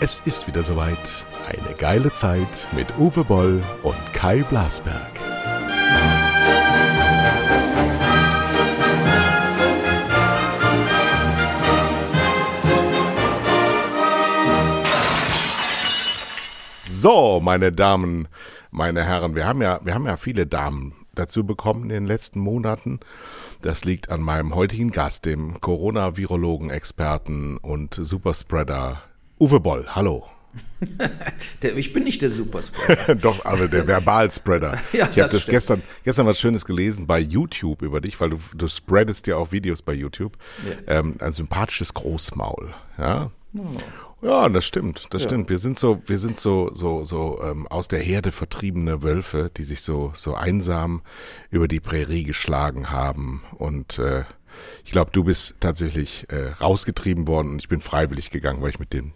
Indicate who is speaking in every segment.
Speaker 1: Es ist wieder soweit. Eine geile Zeit mit Uwe Boll und Kai Blasberg. So, meine Damen, meine Herren, wir haben ja viele Damen dazu bekommen in den letzten Monaten. Das liegt an meinem heutigen Gast, dem Corona-Virologen, Experten und Superspreader Uwe Boll. Hallo.
Speaker 2: Ich bin nicht der Superspreader.
Speaker 1: Doch, aber der Verbalspreader.
Speaker 2: Ja,
Speaker 1: ich habe das gestern was Schönes gelesen bei YouTube über dich, weil du spreadest ja auch Videos bei YouTube. Ja. Ein sympathisches Großmaul. Ja. Oh. Ja, das stimmt. Wir sind so aus der Herde vertriebene Wölfe, die sich so einsam über die Prärie geschlagen haben. Und ich glaube, du bist tatsächlich rausgetrieben worden und ich bin freiwillig gegangen, weil ich mit den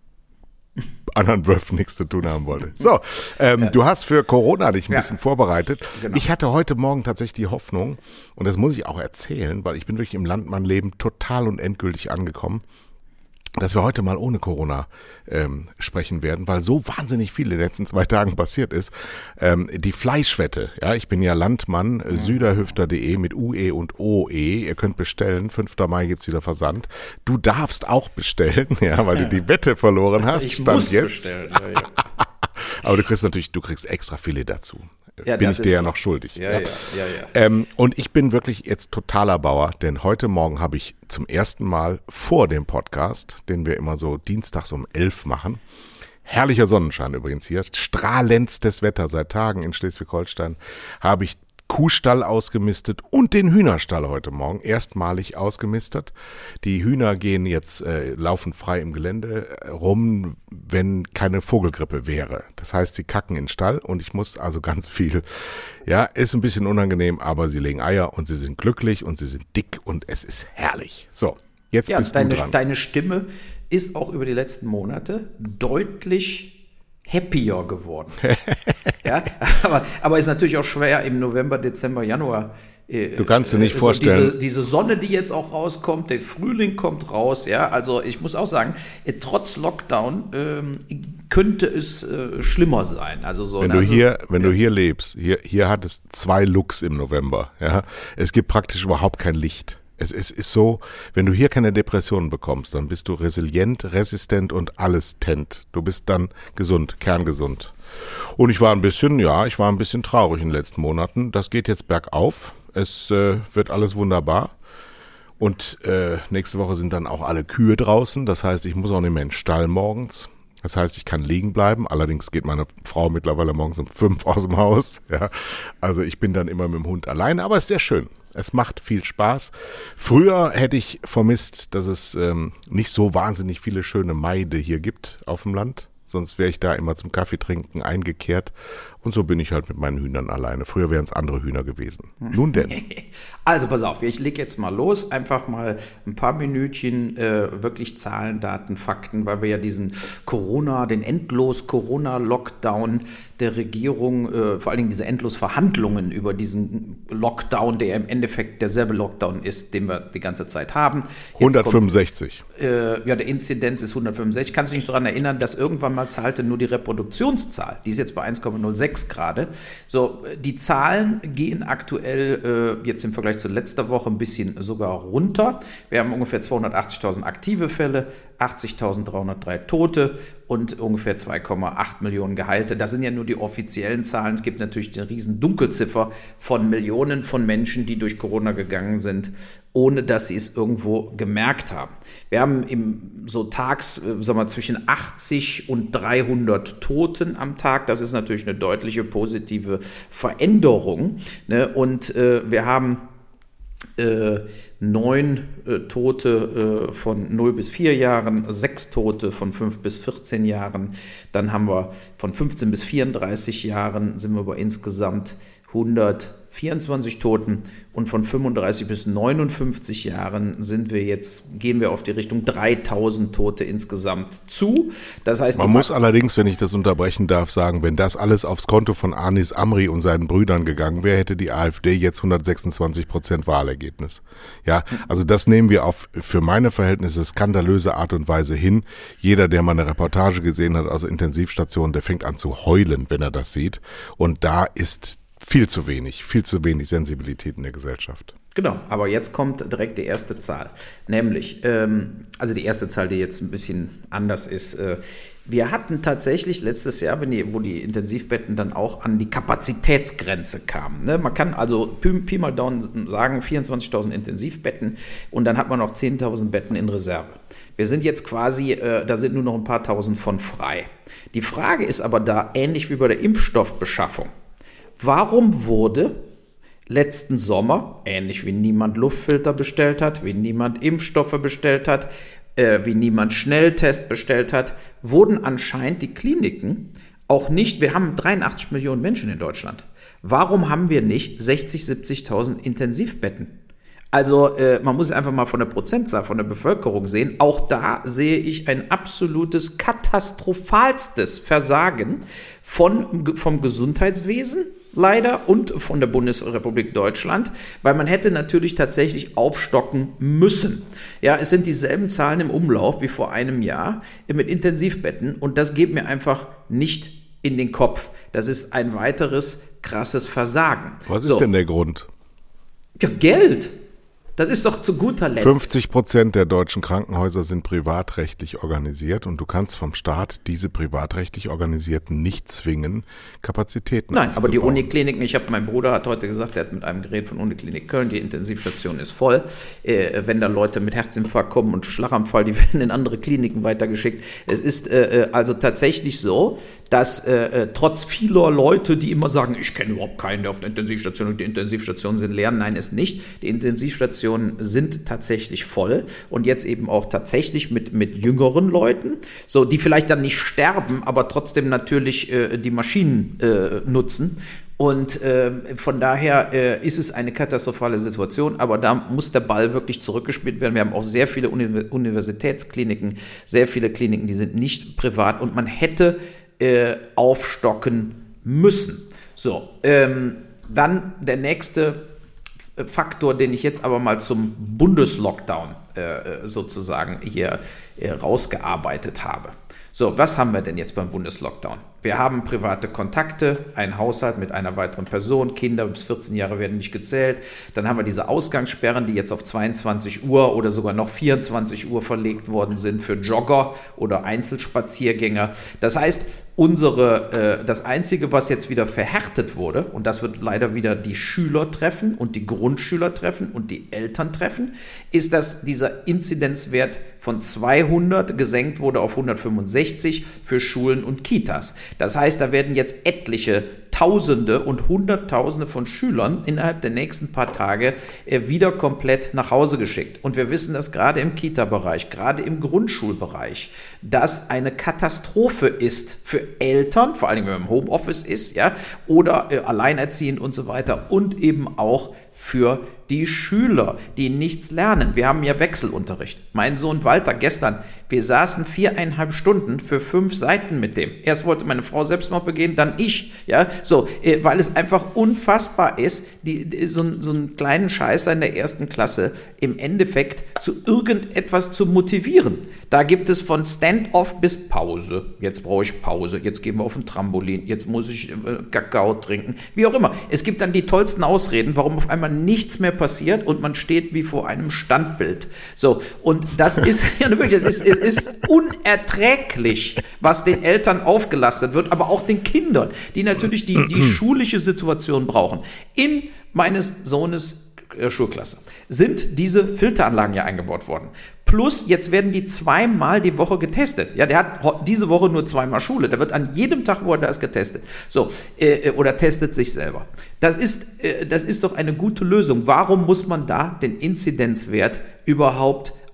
Speaker 1: anderen Wölfen nichts zu tun haben wollte. So, du hast für Corona dich ein bisschen vorbereitet. Genau. Ich hatte heute Morgen tatsächlich die Hoffnung, und das muss ich auch erzählen, weil ich bin wirklich im Landmannleben total und endgültig angekommen, dass wir heute mal ohne Corona sprechen werden, weil so wahnsinnig viel in den letzten 2 Tagen passiert ist. Die Fleischwette, ja, ich bin ja Landmann, Süderhüfter.de mit UE und OE. Ihr könnt bestellen, 5. Mai gibt's wieder Versand. Du darfst auch bestellen, ja, weil du die Wette verloren hast.
Speaker 2: Ich muss jetzt bestellen. Ja.
Speaker 1: Aber du kriegst extra Filet dazu. Ja, bin ich dir ja noch schuldig.
Speaker 2: Ja.
Speaker 1: Und ich bin wirklich jetzt totaler Bauer, denn heute Morgen habe ich zum ersten Mal vor dem Podcast, den wir immer so dienstags um 11 machen, herrlicher Sonnenschein übrigens hier, strahlendstes Wetter seit Tagen in Schleswig-Holstein, habe ich Kuhstall ausgemistet und den Hühnerstall heute Morgen erstmalig ausgemistet. Die Hühner gehen jetzt, laufen frei im Gelände rum, wenn keine Vogelgrippe wäre. Das heißt, sie kacken in den Stall und ich muss also ganz viel, ja, ist ein bisschen unangenehm, aber sie legen Eier und sie sind glücklich und sie sind dick und es ist herrlich. So, jetzt bist du dran.
Speaker 2: Deine Stimme ist auch über die letzten Monate deutlich happier geworden. Ja, aber ist natürlich auch schwer im November, Dezember, Januar.
Speaker 1: Du kannst dir nicht vorstellen.
Speaker 2: Diese Sonne, die jetzt auch rauskommt, der Frühling kommt raus, ja. Also ich muss auch sagen, trotz Lockdown könnte es schlimmer sein. Also so.
Speaker 1: Wenn du hier lebst, hier hat es 2 Lux im November, ja. Es gibt praktisch überhaupt kein Licht. Es ist so, wenn du hier keine Depressionen bekommst, dann bist du resilient, resistent und allestent. Du bist dann gesund, kerngesund. Und ich war ein bisschen traurig in den letzten Monaten. Das geht jetzt bergauf. Es wird alles wunderbar. Und nächste Woche sind dann auch alle Kühe draußen. Das heißt, ich muss auch nicht mehr in den Stall morgens. Das heißt, ich kann liegen bleiben. Allerdings geht meine Frau mittlerweile morgens um 5 aus dem Haus. Ja. Also ich bin dann immer mit dem Hund alleine, aber es ist sehr schön. Es macht viel Spaß. Früher hätte ich vermisst, dass es nicht so wahnsinnig viele schöne Maide hier gibt auf dem Land. Sonst wäre ich da immer zum Kaffee trinken eingekehrt. Und so bin ich halt mit meinen Hühnern alleine. Früher wären es andere Hühner gewesen. Nun denn.
Speaker 2: Also pass auf, ich leg jetzt mal los. Einfach mal ein paar Minütchen wirklich Zahlen, Daten, Fakten, weil wir ja den Endlos-Corona-Lockdown der Regierung, vor allen Dingen diese Endlos-Verhandlungen über diesen Lockdown, der im Endeffekt derselbe Lockdown ist, den wir die ganze Zeit haben.
Speaker 1: Jetzt 165.
Speaker 2: Der Inzidenz ist 165. Kannst du dich daran erinnern, dass irgendwann mal zahlte nur die Reproduktionszahl. Die ist jetzt bei 1,06 gerade. So, die Zahlen gehen aktuell jetzt im Vergleich zu letzter Woche ein bisschen sogar runter. Wir haben ungefähr 280.000 aktive Fälle, 80.303 Tote und ungefähr 2,8 Millionen Geheilte. Das sind ja nur die offiziellen Zahlen. Es gibt natürlich eine riesen Dunkelziffer von Millionen von Menschen, die durch Corona gegangen sind, ohne dass sie es irgendwo gemerkt haben. Wir haben tags, zwischen 80 und 300 Toten am Tag. Das ist natürlich eine deutliche positive Veränderung. Ne? Und wir haben 9 Tote von 0 bis 4 Jahren, 6 Tote von 5 bis 14 Jahren. Dann haben wir von 15 bis 34 Jahren sind wir bei insgesamt 124 Toten und von 35 bis 59 Jahren gehen wir auf die Richtung 3000 Tote insgesamt zu. Das heißt,
Speaker 1: man muss allerdings, wenn ich das unterbrechen darf, sagen, wenn das alles aufs Konto von Anis Amri und seinen Brüdern gegangen wäre, hätte die AfD jetzt 126% Wahlergebnis. Ja, also das nehmen wir auf für meine Verhältnisse skandalöse Art und Weise hin. Jeder, der mal eine Reportage gesehen hat aus Intensivstationen, der fängt an zu heulen, wenn er das sieht. Und da ist viel zu wenig Sensibilität in der Gesellschaft.
Speaker 2: Genau, aber jetzt kommt direkt die erste Zahl, nämlich, also die erste Zahl, die jetzt ein bisschen anders ist. Wir hatten tatsächlich letztes Jahr, wo die Intensivbetten dann auch an die Kapazitätsgrenze kamen. Ne? Man kann also Pi mal Daumen sagen, 24.000 Intensivbetten und dann hat man noch 10.000 Betten in Reserve. Wir sind jetzt quasi, da sind nur noch ein paar tausend von frei. Die Frage ist aber da, ähnlich wie bei der Impfstoffbeschaffung, warum wurde letzten Sommer, ähnlich wie niemand Luftfilter bestellt hat, wie niemand Impfstoffe bestellt hat, wie niemand Schnelltest bestellt hat, wurden anscheinend die Kliniken auch nicht, wir haben 83 Millionen Menschen in Deutschland. Warum haben wir nicht 60.000, 70.000 Intensivbetten? Also man muss einfach mal von der Prozentzahl von der Bevölkerung sehen. Auch da sehe ich ein absolutes katastrophalstes Versagen vom Gesundheitswesen leider und von der Bundesrepublik Deutschland, weil man hätte natürlich tatsächlich aufstocken müssen. Ja, es sind dieselben Zahlen im Umlauf wie vor einem Jahr mit Intensivbetten und das geht mir einfach nicht in den Kopf. Das ist ein weiteres krasses Versagen.
Speaker 1: Was ist denn der Grund?
Speaker 2: Ja, Geld. Das ist doch zu guter Letzt.
Speaker 1: 50% der deutschen Krankenhäuser sind privatrechtlich organisiert und du kannst vom Staat diese privatrechtlich Organisierten nicht zwingen, Kapazitäten aufzubauen.
Speaker 2: Nein, aber die Unikliniken, mein Bruder hat heute gesagt, der hat mit einem Gerät von Uniklinik Köln, die Intensivstation ist voll. Wenn da Leute mit Herzinfarkt kommen und Schlaganfall, die werden in andere Kliniken weitergeschickt. Es ist also tatsächlich so, dass trotz vieler Leute, die immer sagen, ich kenne überhaupt keinen, der auf der Intensivstation und die Intensivstationen sind leer, nein, ist nicht. Die Intensivstationen sind tatsächlich voll und jetzt eben auch tatsächlich mit jüngeren Leuten, so die vielleicht dann nicht sterben, aber trotzdem natürlich die Maschinen nutzen. Und von daher ist es eine katastrophale Situation, aber da muss der Ball wirklich zurückgespielt werden. Wir haben auch sehr viele Universitätskliniken, sehr viele Kliniken, die sind nicht privat und man hätte aufstocken müssen. So, dann der nächste Faktor, den ich jetzt aber mal zum Bundeslockdown sozusagen hier rausgearbeitet habe. So, was haben wir denn jetzt beim Bundeslockdown? Wir haben private Kontakte, einen Haushalt mit einer weiteren Person, Kinder bis 14 Jahre werden nicht gezählt. Dann haben wir diese Ausgangssperren, die jetzt auf 22 Uhr oder sogar noch 24 Uhr verlegt worden sind für Jogger oder Einzelspaziergänger. Das heißt, das Einzige, was jetzt wieder verhärtet wurde, und das wird leider wieder die Schüler treffen und die Grundschüler treffen und die Eltern treffen, ist, dass dieser Inzidenzwert von 200 gesenkt wurde auf 165 für Schulen und Kitas. Das heißt, da werden jetzt etliche Tausende und Hunderttausende von Schülern innerhalb der nächsten paar Tage wieder komplett nach Hause geschickt. Und wir wissen das gerade im Kita-Bereich, gerade im Grundschulbereich, dass eine Katastrophe ist für Eltern, vor allem wenn man im Homeoffice ist, ja, oder alleinerziehend und so weiter und eben auch für die Schüler, die nichts lernen. Wir haben ja Wechselunterricht. Mein Sohn Walter gestern, wir saßen 4,5 Stunden für 5 Seiten mit dem. Erst wollte meine Frau Selbstmord begehen, dann ich. Ja, so, weil es einfach unfassbar ist, so einen kleinen Scheißer in der 1. Klasse im Endeffekt zu irgendetwas zu motivieren. Da gibt es von Stand-off bis Pause. Jetzt brauche ich Pause, jetzt gehen wir auf ein Trampolin, jetzt muss ich Kakao trinken, wie auch immer. Es gibt dann die tollsten Ausreden, warum auf einmal nichts mehr passiert und man steht wie vor einem Standbild. So, und das ist ja wirklich, es ist unerträglich, was den Eltern aufgelastet wird, aber auch den Kindern, die natürlich die schulische Situation brauchen. In meines Sohnes Schulklasse sind diese Filteranlagen ja eingebaut worden. Plus, jetzt werden die 2-mal die Woche getestet. Ja, der hat diese Woche nur 2-mal Schule. Der wird an jedem Tag, wo er da ist, getestet. So, oder testet sich selber. Das ist doch eine gute Lösung. Warum muss man da den Inzidenzwert überhaupt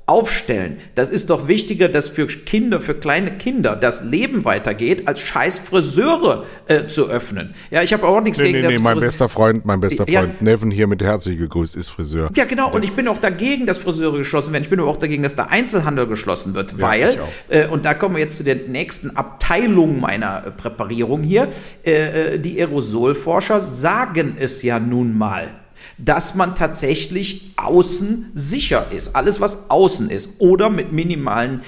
Speaker 2: aufstellen. Das ist doch wichtiger, dass für Kinder, für kleine Kinder das Leben weitergeht, als scheiß Friseure zu öffnen. Ja, ich habe auch nichts gegen...
Speaker 1: Nee, mein bester Freund Neven hier mit herzlich gegrüßt ist Friseur.
Speaker 2: Ja, genau. Und ich bin auch dagegen, dass Friseure geschlossen werden. Ich bin aber auch dagegen, dass der Einzelhandel geschlossen wird, weil, und da kommen wir jetzt zu der nächsten Abteilung meiner Präparierung hier, die Aerosolforscher sagen es ja nun mal, dass man tatsächlich außen sicher ist. Alles, was außen ist oder mit minimalen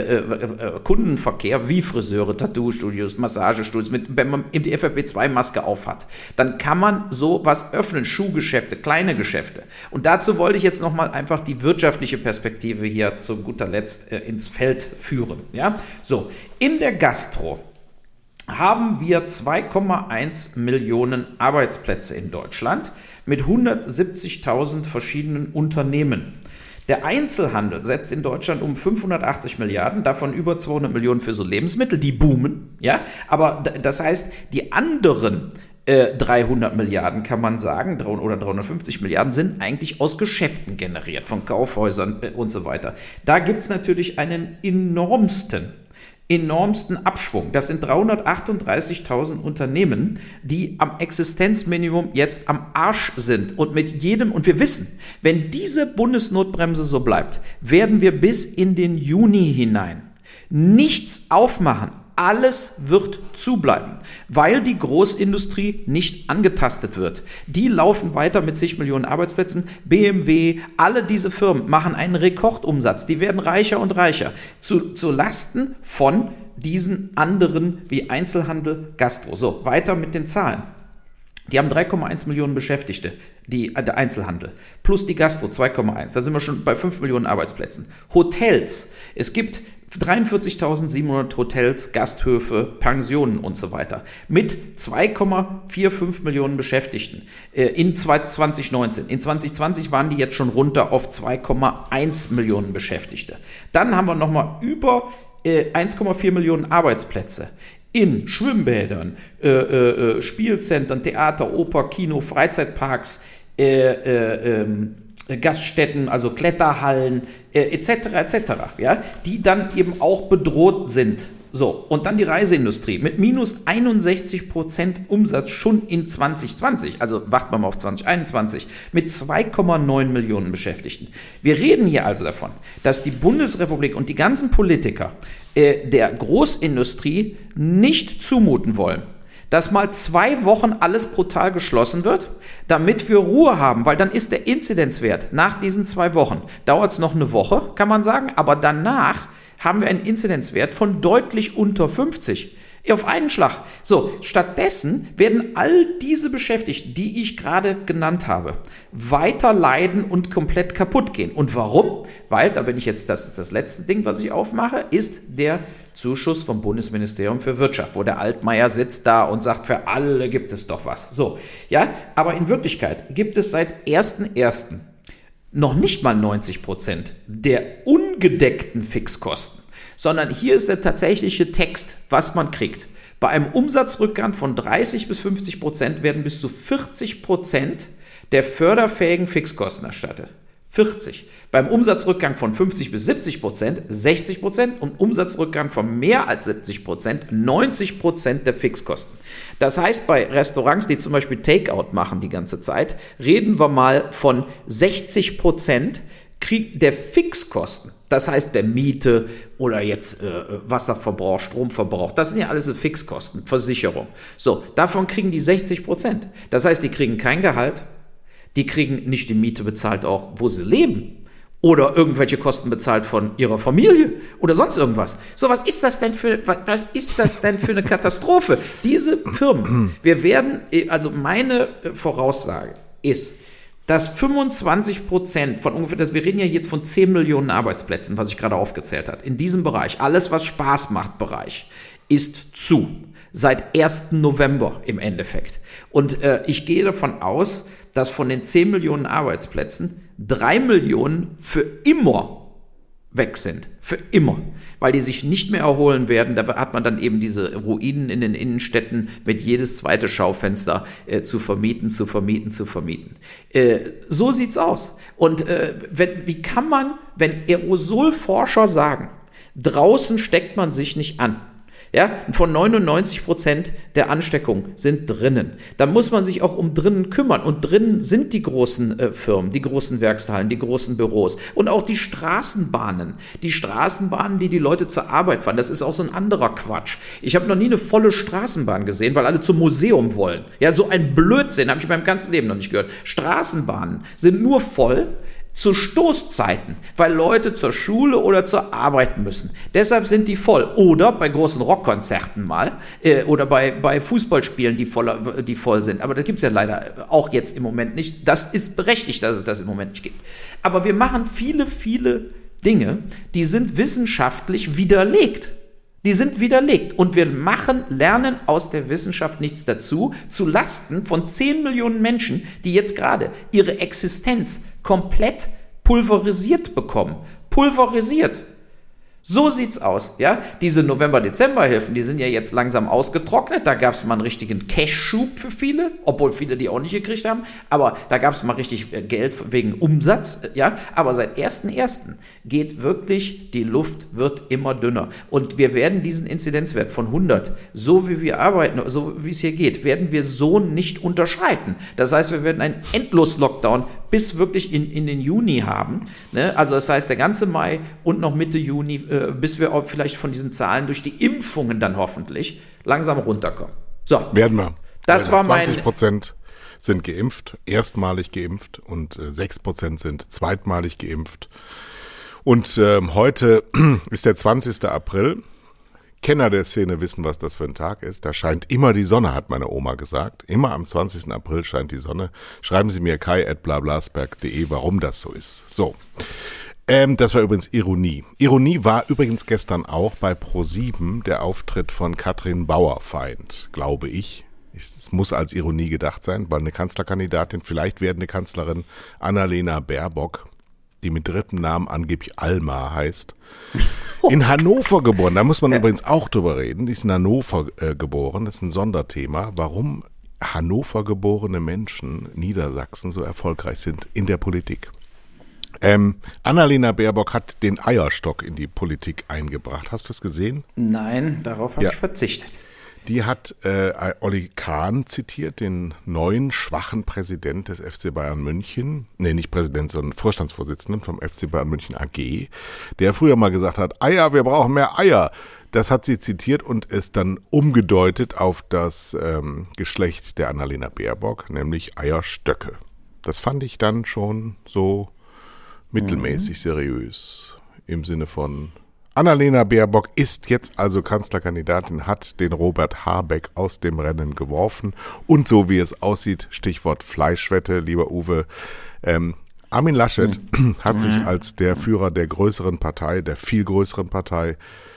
Speaker 2: Kundenverkehr, wie Friseure, Tattoo-Studios, Massagestudios, wenn man die FFP2-Maske aufhat, dann kann man so was öffnen, Schuhgeschäfte, kleine Geschäfte. Und dazu wollte ich jetzt nochmal einfach die wirtschaftliche Perspektive hier zu guter Letzt ins Feld führen. Ja? So, in der Gastro haben wir 2,1 Millionen Arbeitsplätze in Deutschland mit 170.000 verschiedenen Unternehmen. Der Einzelhandel setzt in Deutschland um 580 Milliarden, davon über 200 Millionen für so Lebensmittel, die boomen, ja, aber das heißt, die anderen 300 Milliarden kann man sagen, oder 350 Milliarden sind eigentlich aus Geschäften generiert, von Kaufhäusern und so weiter. Da gibt es natürlich einen enormsten Abschwung. Das sind 338.000 Unternehmen, die am Existenzminimum jetzt am Arsch sind. Und und wir wissen, wenn diese Bundesnotbremse so bleibt, werden wir bis in den Juni hinein nichts aufmachen. Alles wird zubleiben, weil die Großindustrie nicht angetastet wird. Die laufen weiter mit zig Millionen Arbeitsplätzen. BMW, alle diese Firmen machen einen Rekordumsatz. Die werden reicher und reicher. Zu Lasten von diesen anderen wie Einzelhandel, Gastro. So, weiter mit den Zahlen. Die haben 3,1 Millionen Beschäftigte, der Einzelhandel, plus die Gastro 2,1. Da sind wir schon bei 5 Millionen Arbeitsplätzen. Hotels. Es gibt 43.700 Hotels, Gasthöfe, Pensionen und so weiter mit 2,45 Millionen Beschäftigten in 2019. In 2020 waren die jetzt schon runter auf 2,1 Millionen Beschäftigte. Dann haben wir nochmal über 1,4 Millionen Arbeitsplätze in Schwimmbädern, Spielzentren, Theater, Oper, Kino, Freizeitparks, Gaststätten, also Kletterhallen, etc., ja, die dann eben auch bedroht sind. So, und dann die Reiseindustrie mit minus 61% Umsatz schon in 2020, also warten wir mal auf 2021, mit 2,9 Millionen Beschäftigten. Wir reden hier also davon, dass die Bundesrepublik und die ganzen Politiker der Großindustrie nicht zumuten wollen, dass mal 2 Wochen alles brutal geschlossen wird, damit wir Ruhe haben, weil dann ist der Inzidenzwert nach diesen 2 Wochen, dauert es noch eine Woche, kann man sagen, aber danach haben wir einen Inzidenzwert von deutlich unter 50. Auf einen Schlag. So, stattdessen werden all diese Beschäftigten, die ich gerade genannt habe, weiter leiden und komplett kaputt gehen. Und warum? Weil, da bin ich jetzt, das ist das letzte Ding, was ich aufmache, ist der Zuschuss vom Bundesministerium für Wirtschaft, wo der Altmaier sitzt da und sagt, für alle gibt es doch was. So, ja, aber in Wirklichkeit gibt es seit 1.1. noch nicht mal 90% der ungedeckten Fixkosten, sondern hier ist der tatsächliche Text, was man kriegt. Bei einem Umsatzrückgang von 30 bis 50% werden bis zu 40% der förderfähigen Fixkosten erstattet. 40. Beim Umsatzrückgang von 50 bis 70%, 60% und Umsatzrückgang von mehr als 70%, 90% der Fixkosten. Das heißt, bei Restaurants, die zum Beispiel Takeout machen die ganze Zeit, reden wir mal von 60% der Fixkosten. Das heißt, der Miete oder jetzt Wasserverbrauch, Stromverbrauch, das sind ja alles Fixkosten, Versicherung. So, davon kriegen die 60%. Das heißt, die kriegen kein Gehalt, die kriegen nicht die Miete bezahlt, auch wo sie leben. Oder irgendwelche Kosten bezahlt von ihrer Familie oder sonst irgendwas. So, was ist das denn für eine Katastrophe? Diese Firmen, also meine Voraussage ist, dass 25% von ungefähr, wir reden ja jetzt von 10 Millionen Arbeitsplätzen, was ich gerade aufgezählt habe, in diesem Bereich, alles was Spaß macht Bereich, ist zu. Seit 1. November im Endeffekt. Und ich gehe davon aus, dass von den 10 Millionen Arbeitsplätzen 3 Millionen für immer weg sind. Für immer. Weil die sich nicht mehr erholen werden. Da hat man dann eben diese Ruinen in den Innenstädten mit jedes zweite Schaufenster zu vermieten. So sieht's aus. Und wie kann man, wenn Aerosolforscher sagen, draußen steckt man sich nicht an, ja, von 99% der Ansteckungen sind drinnen. Da muss man sich auch um drinnen kümmern. Und drinnen sind die großen Firmen, die großen Werkshallen, die großen Büros und auch die Straßenbahnen. Die Straßenbahnen, die Leute zur Arbeit fahren, das ist auch so ein anderer Quatsch. Ich habe noch nie eine volle Straßenbahn gesehen, weil alle zum Museum wollen. Ja, so ein Blödsinn habe ich in meinem ganzen Leben noch nicht gehört. Straßenbahnen sind nur voll zu Stoßzeiten, weil Leute zur Schule oder zur Arbeit müssen. Deshalb sind die voll. Oder bei großen Rockkonzerten mal oder bei Fußballspielen, die voll sind. Aber das gibt es ja leider auch jetzt im Moment nicht. Das ist berechtigt, dass es das im Moment nicht gibt. Aber wir machen viele, viele Dinge, die sind wissenschaftlich widerlegt. Die sind widerlegt und wir lernen aus der Wissenschaft nichts dazu, zu Lasten von 10 Millionen Menschen, die jetzt gerade ihre Existenz komplett pulverisiert bekommen. Pulverisiert. So sieht's aus, ja. Diese November-Dezember-Hilfen, die sind ja jetzt langsam ausgetrocknet. Da gab es mal einen richtigen Cash-Schub für viele, obwohl viele die auch nicht gekriegt haben. Aber da gab es mal richtig Geld wegen Umsatz, ja. Aber seit 1.1. geht wirklich, die Luft wird immer dünner. Und wir werden diesen Inzidenzwert von 100, so wie wir arbeiten, so wie es hier geht, werden wir so nicht unterschreiten. Das heißt, wir werden einen Endlos-Lockdown bis wirklich in den Juni haben, ne? Also das heißt, der ganze Mai und noch Mitte Juni, bis wir auch vielleicht von diesen Zahlen durch die Impfungen dann hoffentlich langsam runterkommen. So.
Speaker 1: Werden wir.
Speaker 2: Das war
Speaker 1: 20% sind geimpft, erstmalig geimpft und 6% sind zweitmalig geimpft. Und heute ist der 20. April. Kenner der Szene wissen, was das für ein Tag ist. Da scheint immer die Sonne, hat meine Oma gesagt. Immer am 20. April scheint die Sonne. Schreiben Sie mir kai@blablasberg.de, warum das so ist. So. Das war übrigens Ironie. Ironie war übrigens gestern auch bei ProSieben der Auftritt von Katrin Bauerfeind, glaube ich. Es muss als Ironie gedacht sein, weil eine Kanzlerkandidatin, vielleicht werdende Kanzlerin Annalena Baerbock, die mit dritten Namen angeblich Alma heißt, in Hannover geboren. Da muss man übrigens auch drüber reden. Die ist in Hannover geboren. Das ist ein Sonderthema. Warum Hannover geborene Menschen Niedersachsen so erfolgreich sind in der Politik. Annalena Baerbock hat den Eierstock in die Politik eingebracht. Hast du es gesehen?
Speaker 2: Nein, darauf habe ich verzichtet.
Speaker 1: Die hat Olli Kahn zitiert, den neuen schwachen Präsident des FC Bayern München, nee, nicht Präsident, sondern Vorstandsvorsitzenden vom FC Bayern München AG, der früher mal gesagt hat, Eier, wir brauchen mehr Eier. Das hat sie zitiert und es dann umgedeutet auf das Geschlecht der Annalena Baerbock, nämlich Eierstöcke. Das fand ich dann schon so mittelmäßig seriös im Sinne von Annalena Baerbock ist jetzt also Kanzlerkandidatin, hat den Robert Habeck aus dem Rennen geworfen und so wie es aussieht, Stichwort Fleischwette, lieber Uwe, Armin Laschet hat sich als der Führer der größeren Partei, der viel größeren Partei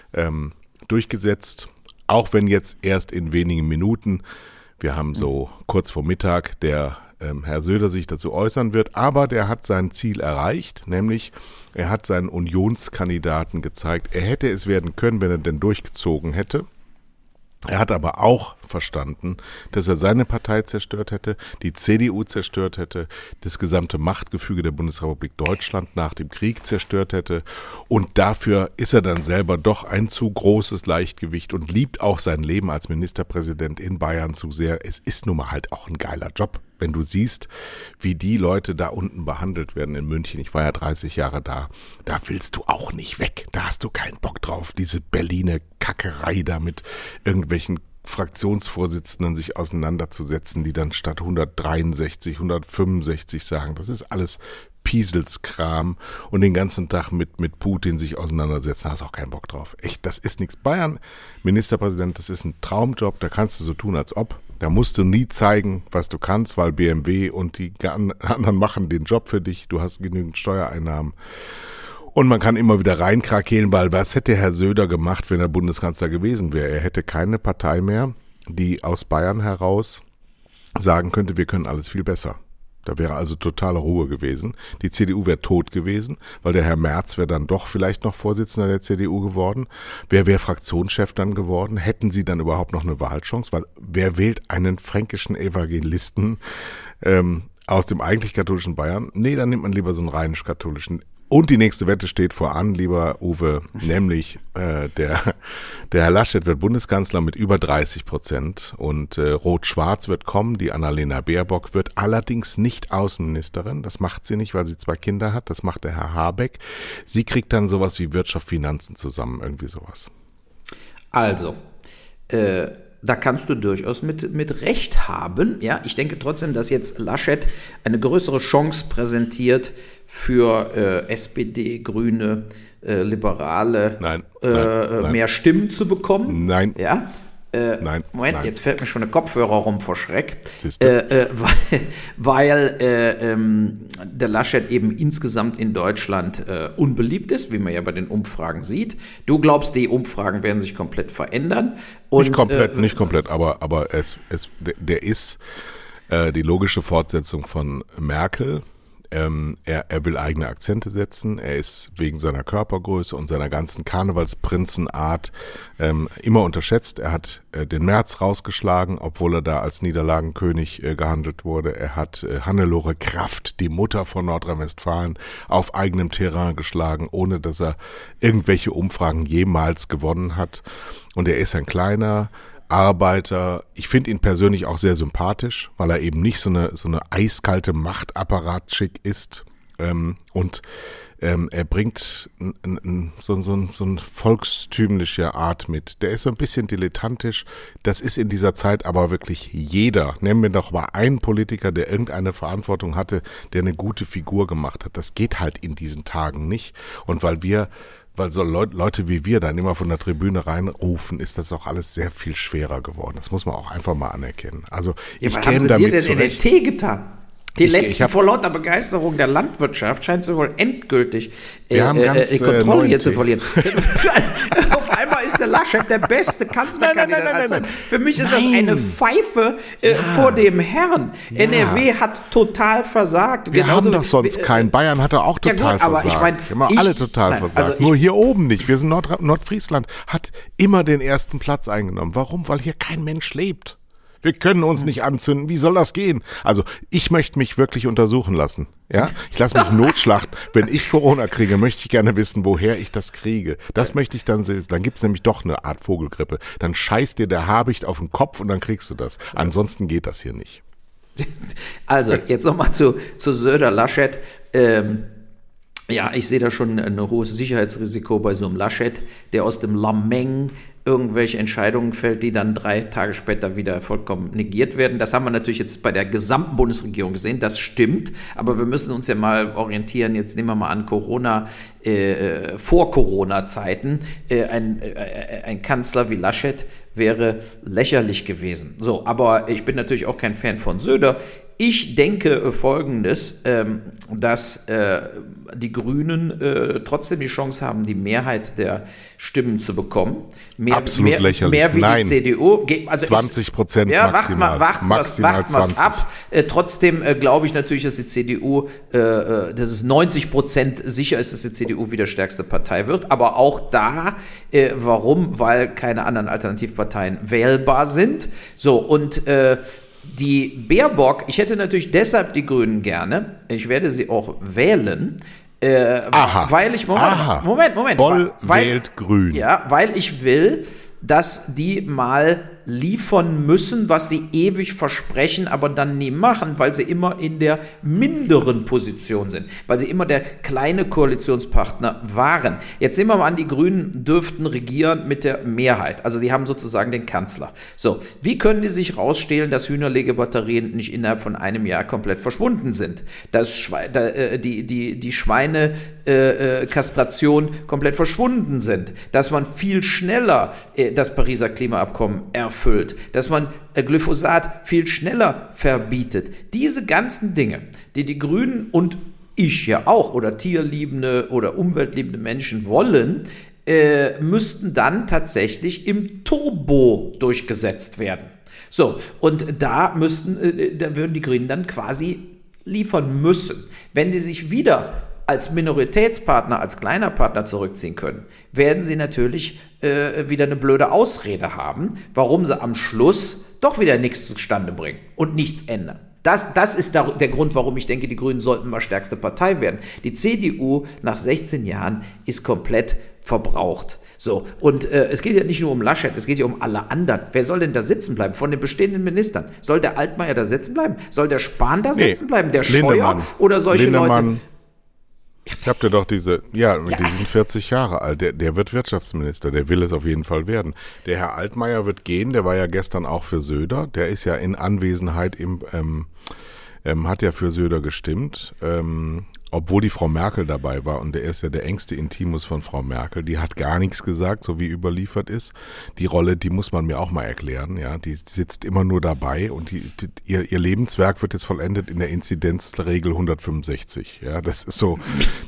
Speaker 1: durchgesetzt, auch wenn jetzt erst in wenigen Minuten, wir haben so kurz vor Mittag, der Herr Söder sich dazu äußern wird, aber der hat sein Ziel erreicht, nämlich er hat seinen Unionskandidaten gezeigt, er hätte es werden können, wenn er denn durchgezogen hätte. Er hat aber auch verstanden, dass er seine Partei zerstört hätte, die CDU zerstört hätte, das gesamte Machtgefüge der Bundesrepublik Deutschland nach dem Krieg zerstört hätte und dafür ist er dann selber doch ein zu großes Leichtgewicht und liebt auch sein Leben als Ministerpräsident in Bayern zu sehr. Es ist nun mal halt auch ein geiler Job, wenn du siehst, wie die Leute da unten behandelt werden in München. Ich war ja 30 Jahre da. Da willst du auch nicht weg. Da hast du keinen Bock drauf. Diese Berliner Kackerei da mit irgendwelchen Fraktionsvorsitzenden sich auseinanderzusetzen, die dann statt 163, 165 sagen. Das ist alles Pieselskram und den ganzen Tag mit Putin sich auseinandersetzen. Da hast du auch keinen Bock drauf. Echt, das ist nichts. Bayern, Ministerpräsident, das ist ein Traumjob. Da kannst du so tun, als ob. Da musst du nie zeigen, was du kannst, weil BMW und die anderen machen den Job für dich. Du hast genügend Steuereinnahmen. Und man kann immer wieder reinkrakehlen, weil was hätte Herr Söder gemacht, wenn er Bundeskanzler gewesen wäre? Er hätte keine Partei mehr, die aus Bayern heraus sagen könnte, wir können alles viel besser. Da wäre also totale Ruhe gewesen. Die CDU wäre tot gewesen, weil der Herr Merz wäre dann doch vielleicht noch Vorsitzender der CDU geworden. Wer wäre Fraktionschef dann geworden? Hätten sie dann überhaupt noch eine Wahlchance? Weil wer wählt einen fränkischen Evangelisten aus dem eigentlich katholischen Bayern? Nee, dann nimmt man lieber so einen rheinisch-katholischen. Und die nächste Wette steht voran, lieber Uwe, nämlich der Herr Laschet wird Bundeskanzler mit über 30% und Rot-Schwarz wird kommen, die Annalena Baerbock wird allerdings nicht Außenministerin, das macht sie nicht, weil sie 2 Kinder hat, das macht der Herr Habeck. Sie kriegt dann sowas wie Wirtschaft, Finanzen zusammen, irgendwie sowas.
Speaker 2: Also, da kannst du durchaus mit Recht haben. Ja, ich denke trotzdem, dass jetzt Laschet eine größere Chance präsentiert für SPD, Grüne, Liberale,
Speaker 1: Nein.
Speaker 2: mehr Stimmen zu bekommen.
Speaker 1: Nein.
Speaker 2: Ja.
Speaker 1: Nein.
Speaker 2: Moment, jetzt fällt mir schon der Kopfhörer rum vor Schreck.
Speaker 1: Siehste?
Speaker 2: Weil der Laschet eben insgesamt in Deutschland unbeliebt ist, wie man ja bei den Umfragen sieht. Du glaubst, die Umfragen werden sich komplett verändern. Und,
Speaker 1: nicht komplett, aber der ist die logische Fortsetzung von Merkel. Er will eigene Akzente setzen, er ist wegen seiner Körpergröße und seiner ganzen Karnevalsprinzenart immer unterschätzt. Er hat den Merz rausgeschlagen, obwohl er da als Niederlagenkönig gehandelt wurde. Er hat Hannelore Kraft, die Mutter von Nordrhein-Westfalen, auf eigenem Terrain geschlagen, ohne dass er irgendwelche Umfragen jemals gewonnen hat. Und er ist ein kleiner Arbeiter. Ich finde ihn persönlich auch sehr sympathisch, weil er eben nicht so eine eiskalte Machtapparat-Schick ist. Und er bringt so eine volkstümliche Art mit. Der ist so ein bisschen dilettantisch. Das ist in dieser Zeit aber wirklich jeder. Nennen wir doch mal einen Politiker, der irgendeine Verantwortung hatte, der eine gute Figur gemacht hat. Das geht halt in diesen Tagen nicht. Und weil so Leute wie wir dann immer von der Tribüne reinrufen, ist das auch alles sehr viel schwerer geworden. Das muss man auch einfach mal anerkennen. Also ich käme damit zurecht. Was haben Sie dir denn in den Tee
Speaker 2: getan? Die letzten vor lauter Begeisterung der Landwirtschaft scheint sie wohl endgültig die Kontrolle hier zu verlieren. Auf einmal ist der Laschet der beste Kanzlerkandidat. Nein. Für mich ist das eine Pfeife vor dem Herrn. Ja. NRW hat total versagt.
Speaker 1: Wir haben doch sonst keinen. Bayern hat auch total versagt.
Speaker 2: Ich mein,
Speaker 1: wir haben alle total versagt. Also nur hier oben nicht. Wir sind Nordfriesland hat immer den ersten Platz eingenommen. Warum? Weil hier kein Mensch lebt. Wir können uns nicht anzünden. Wie soll das gehen? Also ich möchte mich wirklich untersuchen lassen. Ja, ich lasse mich notschlachten. Wenn ich Corona kriege, möchte ich gerne wissen, woher ich das kriege. Das möchte ich dann sehen. Dann gibt es nämlich doch eine Art Vogelgrippe. Dann scheißt dir der Habicht auf den Kopf und dann kriegst du das. Ansonsten geht das hier nicht.
Speaker 2: Also jetzt nochmal zu Söder-Laschet. Ja, ich sehe da schon ein hohes Sicherheitsrisiko bei so einem Laschet, der aus dem Lameng irgendwelche Entscheidungen fällt, die dann 3 Tage später wieder vollkommen negiert werden. Das haben wir natürlich jetzt bei der gesamten Bundesregierung gesehen, das stimmt, aber wir müssen uns ja mal orientieren, jetzt nehmen wir mal an vor Corona-Zeiten, ein Kanzler wie Laschet wäre lächerlich gewesen. So, aber ich bin natürlich auch kein Fan von Söder. Ich denke Folgendes, dass die Grünen trotzdem die Chance haben, die Mehrheit der Stimmen zu bekommen.
Speaker 1: Absolut lächerlich.
Speaker 2: Mehr wie
Speaker 1: Nein.
Speaker 2: die CDU.
Speaker 1: Also 20% maximal.
Speaker 2: Maximal 20. Ab. Trotzdem glaube ich natürlich, dass die CDU, dass es 90% sicher ist, dass die CDU wieder stärkste Partei wird. Aber auch da, warum? Weil keine anderen Alternativparteien wählbar sind. So, und die Baerbock, ich hätte natürlich deshalb die Grünen gerne, ich werde sie auch wählen, weil ich, Moment.
Speaker 1: Boll wählt Grün.
Speaker 2: Ja, weil ich will, dass die mal liefern müssen, was sie ewig versprechen, aber dann nie machen, weil sie immer in der minderen Position sind, weil sie immer der kleine Koalitionspartner waren. Jetzt nehmen wir mal an, die Grünen dürften regieren mit der Mehrheit, also die haben sozusagen den Kanzler. So, wie können die sich rausstehlen, dass Hühnerlegebatterien nicht innerhalb von einem Jahr komplett verschwunden sind, dass die Schweinekastration komplett verschwunden sind, dass man viel schneller das Pariser Klimaabkommen erfüllt, dass man Glyphosat viel schneller verbietet. Diese ganzen Dinge, die die Grünen und ich ja auch oder tierliebende oder umweltliebende Menschen wollen, müssten dann tatsächlich im Turbo durchgesetzt werden. So, und da würden die Grünen dann quasi liefern müssen, wenn sie sich wieder als Minoritätspartner, als kleiner Partner zurückziehen können, werden sie natürlich wieder eine blöde Ausrede haben, warum sie am Schluss doch wieder nichts zustande bringen und nichts ändern. Das ist der Grund, warum ich denke, die Grünen sollten mal stärkste Partei werden. Die CDU nach 16 Jahren ist komplett verbraucht. So, und es geht ja nicht nur um Laschet, es geht ja um alle anderen. Wer soll denn da sitzen bleiben von den bestehenden Ministern? Soll der Altmaier da sitzen bleiben? Soll der Spahn da sitzen bleiben? Der Scheuer oder solche Leute?
Speaker 1: Ich hab dir doch die sind 40 Jahre alt, der wird Wirtschaftsminister, der will es auf jeden Fall werden. Der Herr Altmaier wird gehen, der war ja gestern auch für Söder, der ist ja in Anwesenheit hat ja für Söder gestimmt, obwohl die Frau Merkel dabei war und der ist ja der engste Intimus von Frau Merkel, die hat gar nichts gesagt, so wie überliefert ist. Die Rolle, die muss man mir auch mal erklären, ja, die sitzt immer nur dabei und ihr Lebenswerk wird jetzt vollendet in der Inzidenzregel 165, ja, das ist so,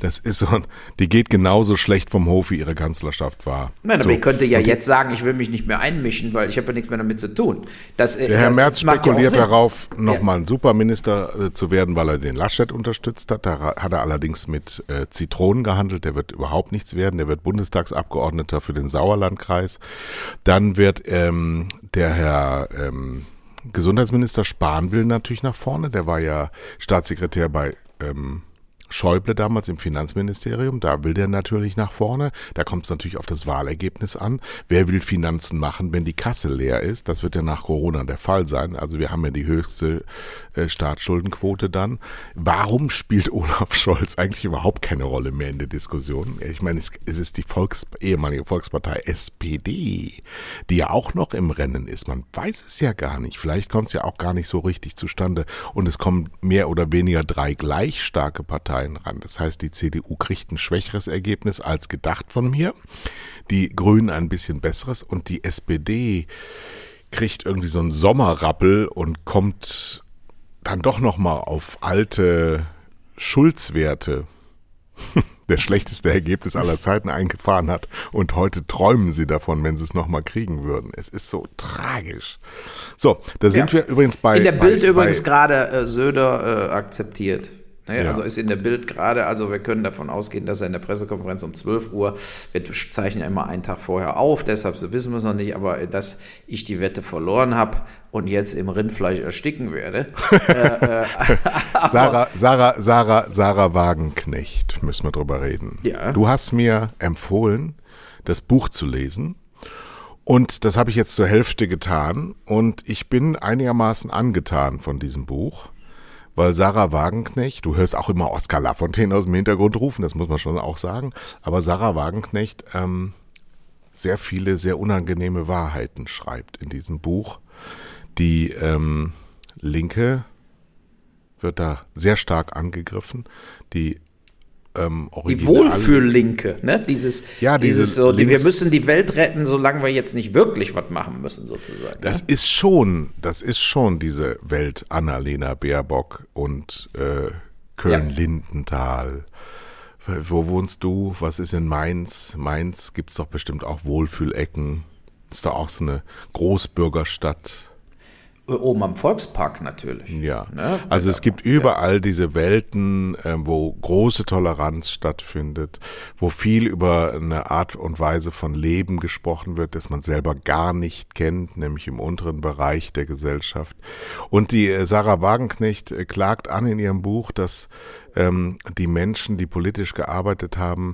Speaker 1: die geht genauso schlecht vom Hof, wie ihre Kanzlerschaft war.
Speaker 2: Nein, aber ich könnte ja jetzt sagen, ich will mich nicht mehr einmischen, weil ich habe ja nichts mehr damit zu tun.
Speaker 1: Der Herr Merz spekuliert darauf, nochmal ein Superminister zu werden, weil er den Laschet unterstützt hat. Da hat er allerdings mit Zitronen gehandelt. Der wird überhaupt nichts werden. Der wird Bundestagsabgeordneter für den Sauerlandkreis. Dann wird der Herr Gesundheitsminister Spahn will natürlich nach vorne. Der war ja Staatssekretär bei Schäuble damals im Finanzministerium, da will der natürlich nach vorne. Da kommt es natürlich auf das Wahlergebnis an. Wer will Finanzen machen, wenn die Kasse leer ist? Das wird ja nach Corona der Fall sein. Also wir haben ja die höchste Staatsschuldenquote dann. Warum spielt Olaf Scholz eigentlich überhaupt keine Rolle mehr in der Diskussion? Ich meine, es ist die ehemalige Volkspartei SPD, die ja auch noch im Rennen ist. Man weiß es ja gar nicht. Vielleicht kommt es ja auch gar nicht so richtig zustande. Und es kommen mehr oder weniger 3 gleich starke Parteien ran. Das heißt, die CDU kriegt ein schwächeres Ergebnis als gedacht von mir. Die Grünen ein bisschen besseres und die SPD kriegt irgendwie so einen Sommerrappel und kommt dann doch nochmal auf alte Schulz-Werte. Der schlechteste Ergebnis aller Zeiten eingefahren hat und heute träumen sie davon, wenn sie es nochmal kriegen würden. Es ist so tragisch. So, da sind wir übrigens bei...
Speaker 2: In der Bild übrigens gerade Söder akzeptiert. Ja. Also ist in der Bild gerade, also wir können davon ausgehen, dass er in der Pressekonferenz um 12 Uhr, wir zeichnen ja immer einen Tag vorher auf, deshalb wissen wir es noch nicht, aber dass ich die Wette verloren habe und jetzt im Rindfleisch ersticken werde.
Speaker 1: Sarah Wagenknecht, müssen wir drüber reden. Ja. Du hast mir empfohlen, das Buch zu lesen. Und das habe ich jetzt zur Hälfte getan und ich bin einigermaßen angetan von diesem Buch. Weil Sarah Wagenknecht, du hörst auch immer Oskar Lafontaine aus dem Hintergrund rufen, das muss man schon auch sagen, aber Sarah Wagenknecht sehr viele, sehr unangenehme Wahrheiten schreibt in diesem Buch. Die Linke wird da sehr stark angegriffen, die
Speaker 2: Wohlfühllinke, ne? Wir müssen die Welt retten, solange wir jetzt nicht wirklich was machen müssen, sozusagen.
Speaker 1: Das ist schon diese Welt Annalena Baerbock und Köln-Lindenthal. Wo wohnst du? Was ist in Mainz? Mainz gibt es doch bestimmt auch Wohlfühlecken. Ist doch auch so eine Großbürgerstadt.
Speaker 2: Oben am Volkspark natürlich.
Speaker 1: Ja, ne? Also es gibt überall diese Welten, wo große Toleranz stattfindet, wo viel über eine Art und Weise von Leben gesprochen wird, das man selber gar nicht kennt, nämlich im unteren Bereich der Gesellschaft. Und die Sarah Wagenknecht klagt an in ihrem Buch, dass die Menschen, die politisch gearbeitet haben,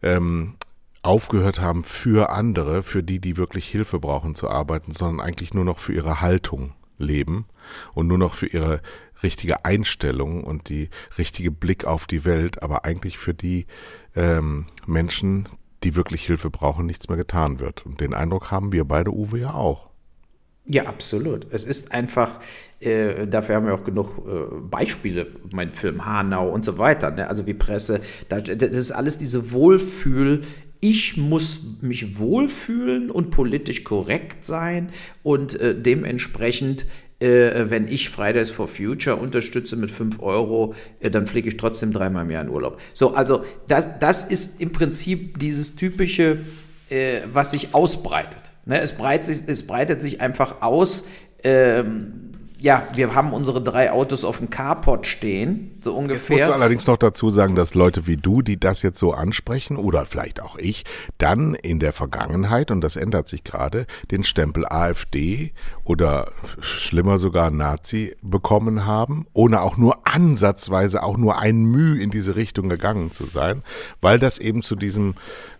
Speaker 1: aufgehört haben, für andere, für die wirklich Hilfe brauchen zu arbeiten, sondern eigentlich nur noch für ihre Haltung leben und nur noch für ihre richtige Einstellung und die richtige Blick auf die Welt, aber eigentlich für die Menschen, die wirklich Hilfe brauchen, nichts mehr getan wird. Und den Eindruck haben wir beide, Uwe, ja auch.
Speaker 2: Ja, absolut. Es ist einfach, dafür haben wir auch genug Beispiele, mein Film Hanau und so weiter, ne? Also wie Presse, das ist alles diese Wohlfühl. Ich muss mich wohlfühlen und politisch korrekt sein und dementsprechend, wenn ich Fridays for Future unterstütze mit 5 €, dann fliege ich trotzdem 3-mal im Jahr in Urlaub. So, also das ist im Prinzip dieses typische, was sich ausbreitet. Ne? Es breitet sich einfach aus, wir haben unsere 3 Autos auf dem Carport stehen, so ungefähr.
Speaker 1: Jetzt musst du allerdings noch dazu sagen, dass Leute wie du, die das jetzt so ansprechen, oder vielleicht auch ich, dann in der Vergangenheit, und das ändert sich gerade, den Stempel AfD oder schlimmer sogar Nazi bekommen haben, ohne auch nur ansatzweise auch nur ein Mühe in diese Richtung gegangen zu sein, weil das eben zu diesem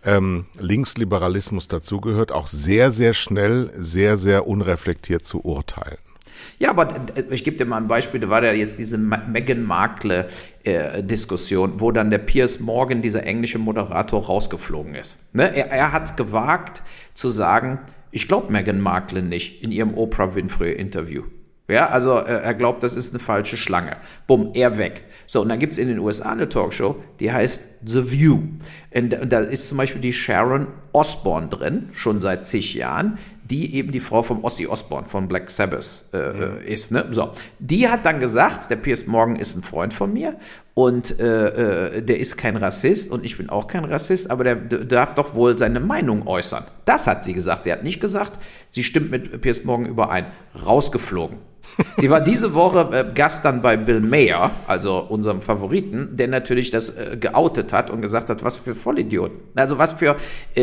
Speaker 1: Linksliberalismus dazugehört, auch sehr, sehr schnell, sehr, sehr unreflektiert zu urteilen.
Speaker 2: Ja, aber ich gebe dir mal ein Beispiel, da war ja jetzt diese Meghan Markle-Diskussion, wo dann der Piers Morgan, dieser englische Moderator, rausgeflogen ist. Ne? Er hat es gewagt zu sagen, ich glaube Meghan Markle nicht in ihrem Oprah Winfrey-Interview. Ja, also er glaubt, das ist eine falsche Schlange. Bumm, er weg. So, und dann gibt es in den USA eine Talkshow, die heißt The View. Und da ist zum Beispiel die Sharon Osbourne drin, schon seit zig Jahren, die eben die Frau vom Ozzy Osbourne von Black Sabbath ist. Ne? So. Die hat dann gesagt, der Piers Morgan ist ein Freund von mir und der ist kein Rassist und ich bin auch kein Rassist, aber der darf doch wohl seine Meinung äußern. Das hat sie gesagt. Sie hat nicht gesagt, sie stimmt mit Piers Morgan überein. Rausgeflogen. Sie war diese Woche Gast dann bei Bill Maher, also unserem Favoriten, der natürlich das geoutet hat und gesagt hat, was für Vollidioten. Also was für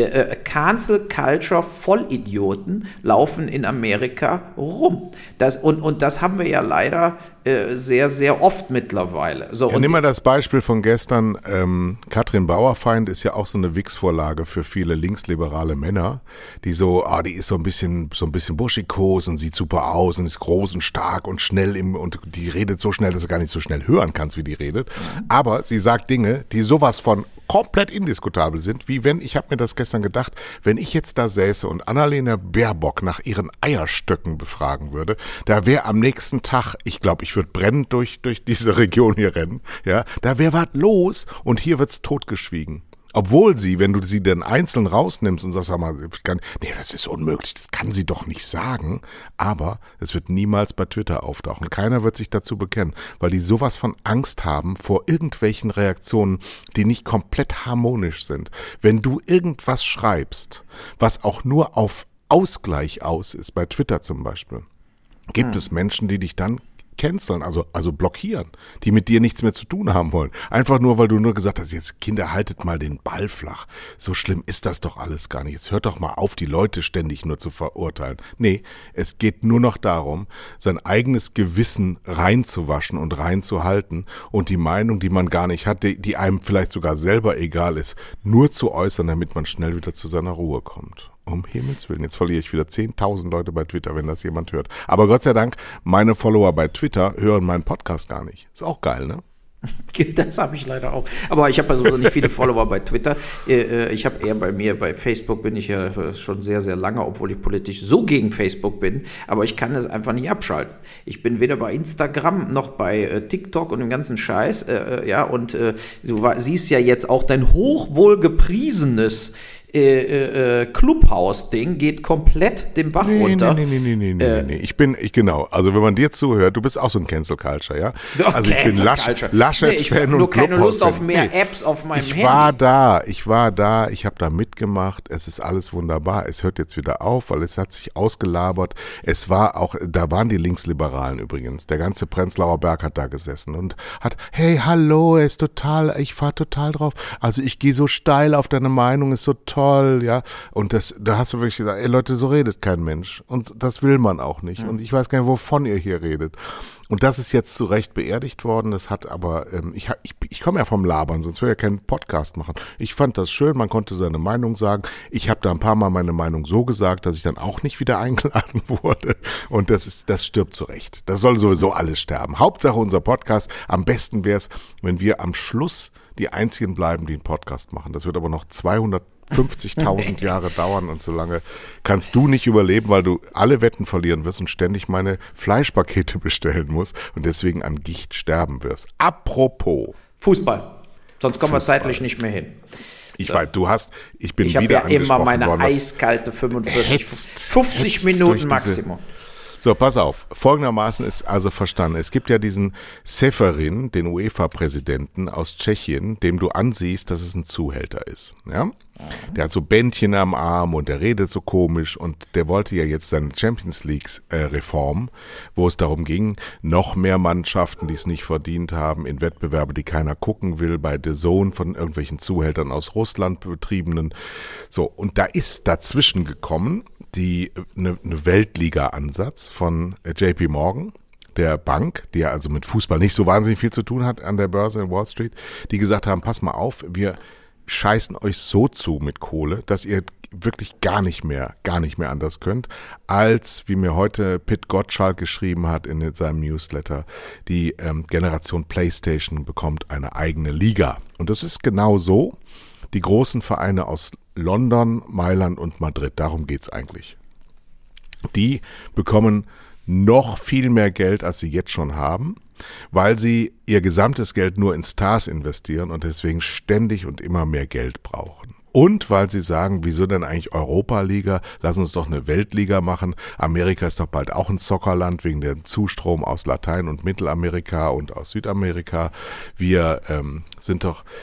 Speaker 2: Cancel Culture Vollidioten laufen in Amerika rum. Und das haben wir ja leider sehr, sehr oft mittlerweile. So,
Speaker 1: ja, nimm mal das Beispiel von gestern. Katrin Bauerfeind ist ja auch so eine Wix-Vorlage für viele linksliberale Männer, die die ist so ein bisschen buschikos und sieht super aus und ist groß und stark und schnell und die redet so schnell, dass du gar nicht so schnell hören kannst, wie die redet. Aber sie sagt Dinge, die sowas von komplett indiskutabel sind, wie ich habe mir das gestern gedacht, wenn ich jetzt da säße und Annalena Baerbock nach ihren Eierstöcken befragen würde, da wäre am nächsten Tag, ich glaube, ich würde brennend durch diese Region hier rennen, ja, da wäre was los und hier wird's totgeschwiegen. Obwohl sie, wenn du sie denn einzeln rausnimmst und sagst, sag mal, nee, das ist unmöglich, das kann sie doch nicht sagen, aber es wird niemals bei Twitter auftauchen. Keiner wird sich dazu bekennen, weil die sowas von Angst haben vor irgendwelchen Reaktionen, die nicht komplett harmonisch sind. Wenn du irgendwas schreibst, was auch nur auf Ausgleich aus ist, bei Twitter zum Beispiel, gibt es Menschen, die dich dann canceln, also blockieren, die mit dir nichts mehr zu tun haben wollen. Einfach nur, weil du nur gesagt hast, jetzt Kinder, haltet mal den Ball flach. So schlimm ist das doch alles gar nicht. Jetzt hört doch mal auf, die Leute ständig nur zu verurteilen. Nee, es geht nur noch darum, sein eigenes Gewissen reinzuwaschen und reinzuhalten und die Meinung, die man gar nicht hat, die einem vielleicht sogar selber egal ist, nur zu äußern, damit man schnell wieder zu seiner Ruhe kommt. Um Himmels Willen, jetzt verliere ich wieder 10.000 Leute bei Twitter, wenn das jemand hört. Aber Gott sei Dank, meine Follower bei Twitter hören meinen Podcast gar nicht. Ist auch geil, ne?
Speaker 2: Das habe ich leider auch. Aber ich habe also nicht viele Follower bei Twitter. Ich habe eher bei Facebook bin ich ja schon sehr, sehr lange, obwohl ich politisch so gegen Facebook bin. Aber ich kann es einfach nicht abschalten. Ich bin weder bei Instagram noch bei TikTok und dem ganzen Scheiß. Und du siehst ja jetzt auch dein hochwohl gepriesenes Clubhouse-Ding geht komplett den Bach runter.
Speaker 1: Nee. Genau. Also wenn man dir zuhört, du bist auch so ein Cancel Culture, ja? Also ich bin Laschet-Fan und
Speaker 2: nur keine Lust auf mehr Apps auf meinem Handy.
Speaker 1: Ich war da, ich habe da mitgemacht, es ist alles wunderbar. Es hört jetzt wieder auf, weil es hat sich ausgelabert. Es war auch, da waren die Linksliberalen übrigens. Der ganze Prenzlauer Berg hat da gesessen und hat, hey, hallo, ich fahr total drauf. Also ich gehe so steil auf deine Meinung, ist so toll, ja. Und da hast du wirklich gesagt, ey Leute, so redet kein Mensch. Und das will man auch nicht. Und ich weiß gar nicht, wovon ihr hier redet. Und das ist jetzt zu Recht beerdigt worden. Das hat aber, ich komme ja vom Labern, sonst würde ich ja keinen Podcast machen. Ich fand das schön, man konnte seine Meinung sagen. Ich habe da ein paar Mal meine Meinung so gesagt, dass ich dann auch nicht wieder eingeladen wurde. Und das stirbt zu Recht. Das soll sowieso alles sterben. Hauptsache unser Podcast. Am besten wäre es, wenn wir am Schluss die einzigen bleiben, die einen Podcast machen. Das wird aber noch 250.000 Jahre dauern und so lange kannst du nicht überleben, weil du alle Wetten verlieren wirst und ständig meine Fleischpakete bestellen musst und deswegen an Gicht sterben wirst. Apropos
Speaker 2: Fußball. Sonst kommen wir zeitlich nicht mehr hin.
Speaker 1: Ich weiß, ich bin
Speaker 2: wieder
Speaker 1: angesprochen worden.
Speaker 2: Ich habe ja immer meine eiskalte 50 Minuten Maximum.
Speaker 1: So, pass auf. Folgendermaßen ist also verstanden. Es gibt ja diesen Seferin, den UEFA-Präsidenten aus Tschechien, dem du ansiehst, dass es ein Zuhälter ist. Ja? Der hat so Bändchen am Arm und der redet so komisch und der wollte ja jetzt seine Champions League Reform, wo es darum ging, noch mehr Mannschaften, die es nicht verdient haben, in Wettbewerbe, die keiner gucken will, bei DAZN von irgendwelchen Zuhältern aus Russland betriebenen. So, und da ist dazwischen gekommen eine Weltliga-Ansatz von JP Morgan, der Bank, die ja also mit Fußball nicht so wahnsinnig viel zu tun hat an der Börse in Wall Street, die gesagt haben, pass mal auf, wir scheißen euch so zu mit Kohle, dass ihr wirklich gar nicht mehr anders könnt, als, wie mir heute Pit Gottschalk geschrieben hat in seinem Newsletter, die Generation PlayStation bekommt eine eigene Liga. Und das ist genau so. Die großen Vereine aus London, Mailand und Madrid, darum geht's eigentlich. Die bekommen noch viel mehr Geld, als sie jetzt schon haben, weil sie ihr gesamtes Geld nur in Stars investieren und deswegen ständig und immer mehr Geld brauchen. Und weil sie sagen, wieso denn eigentlich Europa-Liga? Lass uns doch eine Weltliga machen. Amerika ist doch bald auch ein Soccerland wegen dem Zustrom aus Latein- und Mittelamerika und aus Südamerika. Wir sind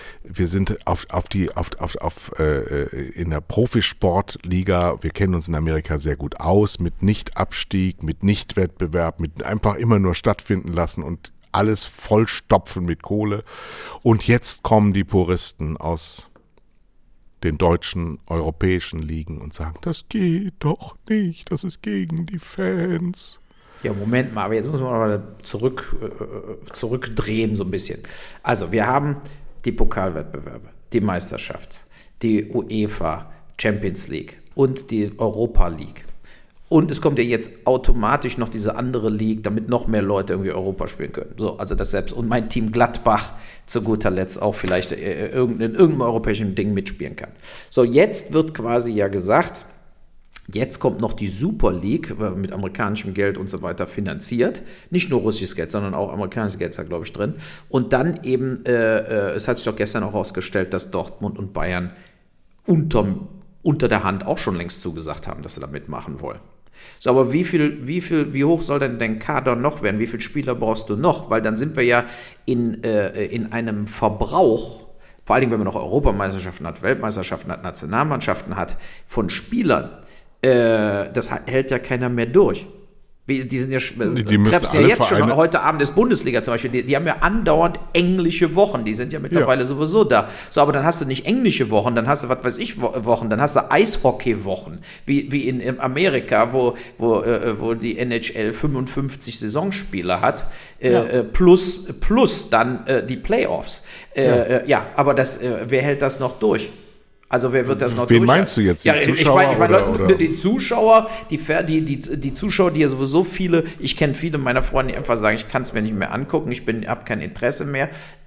Speaker 1: in der Profisportliga. Wir kennen uns in Amerika sehr gut aus mit Nicht-Abstieg, mit Nicht-Wettbewerb, mit einfach immer nur stattfinden lassen und alles vollstopfen mit Kohle. Und jetzt kommen die Puristen aus den deutschen, europäischen Ligen und sagen, das geht doch nicht, das ist gegen die Fans.
Speaker 2: Ja, Moment mal, aber jetzt muss man mal zurückdrehen so ein bisschen. Also, wir haben die Pokalwettbewerbe, die Meisterschaft, die UEFA Champions League und die Europa League. Und es kommt ja jetzt automatisch noch diese andere League, damit noch mehr Leute irgendwie Europa spielen können. So, also das selbst und mein Team Gladbach zu guter Letzt auch vielleicht in irgendeinem europäischen Ding mitspielen kann. So, jetzt wird quasi ja gesagt, jetzt kommt noch die Super League mit amerikanischem Geld und so weiter finanziert. Nicht nur russisches Geld, sondern auch amerikanisches Geld ist da, glaube ich, drin. Und dann eben, es hat sich doch gestern auch herausgestellt, dass Dortmund und Bayern unter der Hand auch schon längst zugesagt haben, dass sie da mitmachen wollen. So, aber wie hoch soll denn dein Kader noch werden? Wie viele Spieler brauchst du noch? Weil dann sind wir ja in einem Verbrauch, vor allen Dingen, wenn man noch Europameisterschaften hat, Weltmeisterschaften hat, Nationalmannschaften hat, von Spielern, das hält ja keiner mehr durch. Die sind ja,
Speaker 1: die müssen ja jetzt
Speaker 2: schon, heute Abend ist Bundesliga zum Beispiel, die haben ja andauernd englische Wochen, die sind ja mittlerweile sowieso da. So, aber dann hast du nicht englische Wochen, dann hast du, was weiß ich, Wochen, dann hast du Eishockey-Wochen, wie in Amerika, wo die NHL 55 Saisonspiele hat, plus dann die Playoffs. Aber wer hält das noch durch? Also wer wird das noch
Speaker 1: Wen meinst du jetzt?
Speaker 2: Die Zuschauer? Ich meine, die Zuschauer, die Zuschauer, die ja sowieso viele, ich kenne viele meiner Freunde, die einfach sagen, ich kann es mir nicht mehr angucken, ich habe kein Interesse mehr.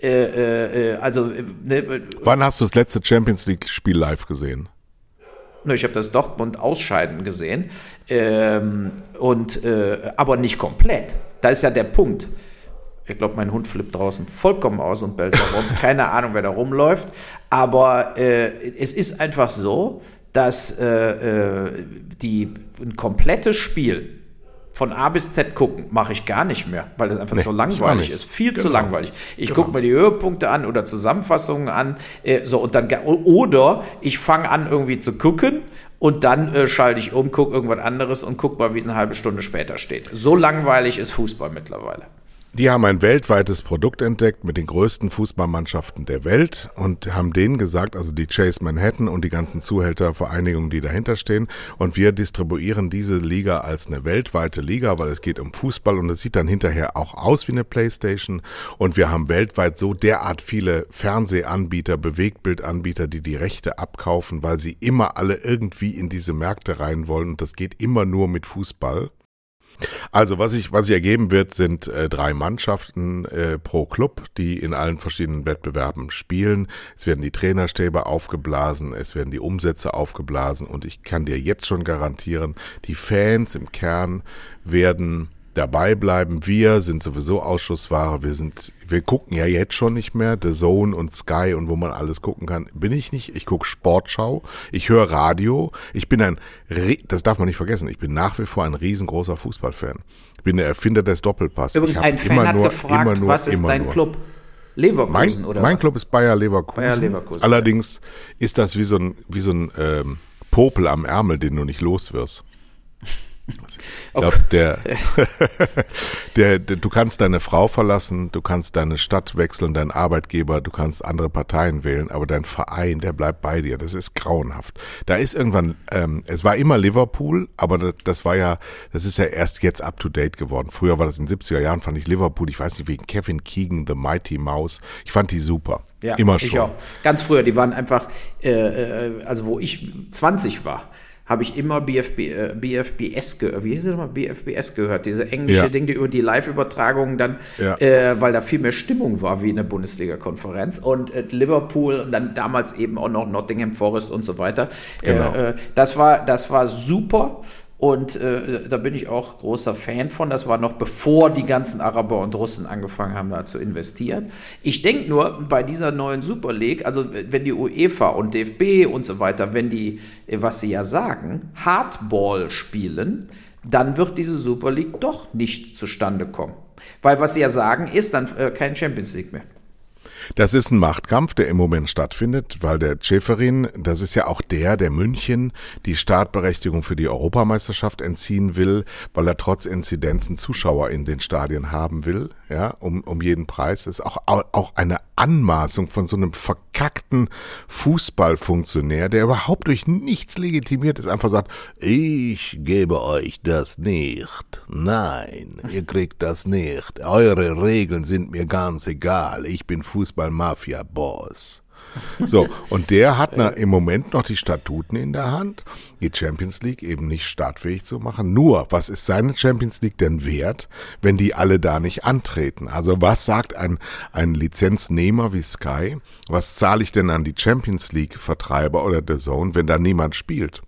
Speaker 1: Wann hast du das letzte Champions League-Spiel live gesehen?
Speaker 2: Ich habe das Dortmund ausscheiden gesehen, aber nicht komplett. Da ist ja der Punkt. Ich glaube, mein Hund flippt draußen vollkommen aus und bellt da rum. Keine Ahnung, wer da rumläuft. Aber es ist einfach so, dass ein komplettes Spiel von A bis Z gucken, mache ich gar nicht mehr, weil das einfach zu langweilig ist. Viel zu langweilig. Ich gucke mir die Höhepunkte an oder Zusammenfassungen an. Oder ich fange an, irgendwie zu gucken. Und dann schalte ich um, gucke irgendwas anderes und gucke mal, wie eine halbe Stunde später steht. So langweilig ist Fußball mittlerweile.
Speaker 1: Die haben ein weltweites Produkt entdeckt mit den größten Fußballmannschaften der Welt und haben denen gesagt, also die Chase Manhattan und die ganzen Zuhältervereinigungen, die dahinter stehen, und wir distribuieren diese Liga als eine weltweite Liga, weil es geht um Fußball und es sieht dann hinterher auch aus wie eine Playstation, und wir haben weltweit so derart viele Fernsehanbieter, Bewegtbildanbieter, die Rechte abkaufen, weil sie immer alle irgendwie in diese Märkte rein wollen, und das geht immer nur mit Fußball. Also was sich ergeben wird, sind 3 Mannschaften pro Club, die in allen verschiedenen Wettbewerben spielen. Es werden die Trainerstäbe aufgeblasen, es werden die Umsätze aufgeblasen, und ich kann dir jetzt schon garantieren, die Fans im Kern werden dabei bleiben. Wir sind sowieso Ausschussware. Wir gucken ja jetzt schon nicht mehr DAZN und Sky und wo man alles gucken kann. Bin ich nicht. Ich gucke Sportschau. Ich höre Radio. Ich bin das darf man nicht vergessen, ich bin nach wie vor ein riesengroßer Fußballfan. Ich bin der Erfinder des Doppelpass.
Speaker 2: Übrigens, ein Fan hat gefragt, was ist dein Club? Leverkusen, oder
Speaker 1: Mein
Speaker 2: was?
Speaker 1: Club ist Bayer Leverkusen.
Speaker 2: Bayer Leverkusen.
Speaker 1: Allerdings ist das wie so ein Popel am Ärmel, den du nicht los wirst. Ich glaube, du kannst deine Frau verlassen, du kannst deine Stadt wechseln, deinen Arbeitgeber, du kannst andere Parteien wählen, aber dein Verein, der bleibt bei dir. Das ist grauenhaft. Da ist irgendwann, es war immer Liverpool, aber das ist ja erst jetzt up to date geworden. Früher war das in den 70er Jahren, fand ich Liverpool, ich weiß nicht, wegen Kevin Keegan, The Mighty Mouse. Ich fand die super.
Speaker 2: Ja,
Speaker 1: immer schon.
Speaker 2: Ich auch. Ganz früher, die waren einfach, also wo ich 20 war, habe ich immer BFBS gehört, diese englische Dinge über die Live-Übertragungen dann, weil da viel mehr Stimmung war wie in der Bundesliga-Konferenz und Liverpool und dann damals eben auch noch Nottingham Forest und so weiter.
Speaker 1: Genau.
Speaker 2: Das war super. Und da bin ich auch großer Fan von. Das war noch bevor die ganzen Araber und Russen angefangen haben, da zu investieren. Ich denke nur, bei dieser neuen Super League, also wenn die UEFA und DFB und so weiter, wenn die, was sie ja sagen, Hardball spielen, dann wird diese Super League doch nicht zustande kommen. Weil was sie ja sagen, ist dann kein Champions League mehr.
Speaker 1: Das ist ein Machtkampf, der im Moment stattfindet, weil der Ceferin, das ist ja auch der München die Startberechtigung für die Europameisterschaft entziehen will, weil er trotz Inzidenzen Zuschauer in den Stadien haben will, ja, um jeden Preis. Das ist auch eine Anmaßung von so einem verkackten Fußballfunktionär, der überhaupt durch nichts legitimiert ist, einfach sagt, ich gebe euch das nicht. Nein, ihr kriegt das nicht. Eure Regeln sind mir ganz egal. Ich bin Fußball-Mafia-Boss. So, und der hat im Moment noch die Statuten in der Hand, die Champions League eben nicht startfähig zu machen. Nur, was ist seine Champions League denn wert, wenn die alle da nicht antreten? Also was sagt ein Lizenznehmer wie Sky? Was zahle ich denn an die Champions League-Vertreiber oder DAZN, wenn da niemand spielt?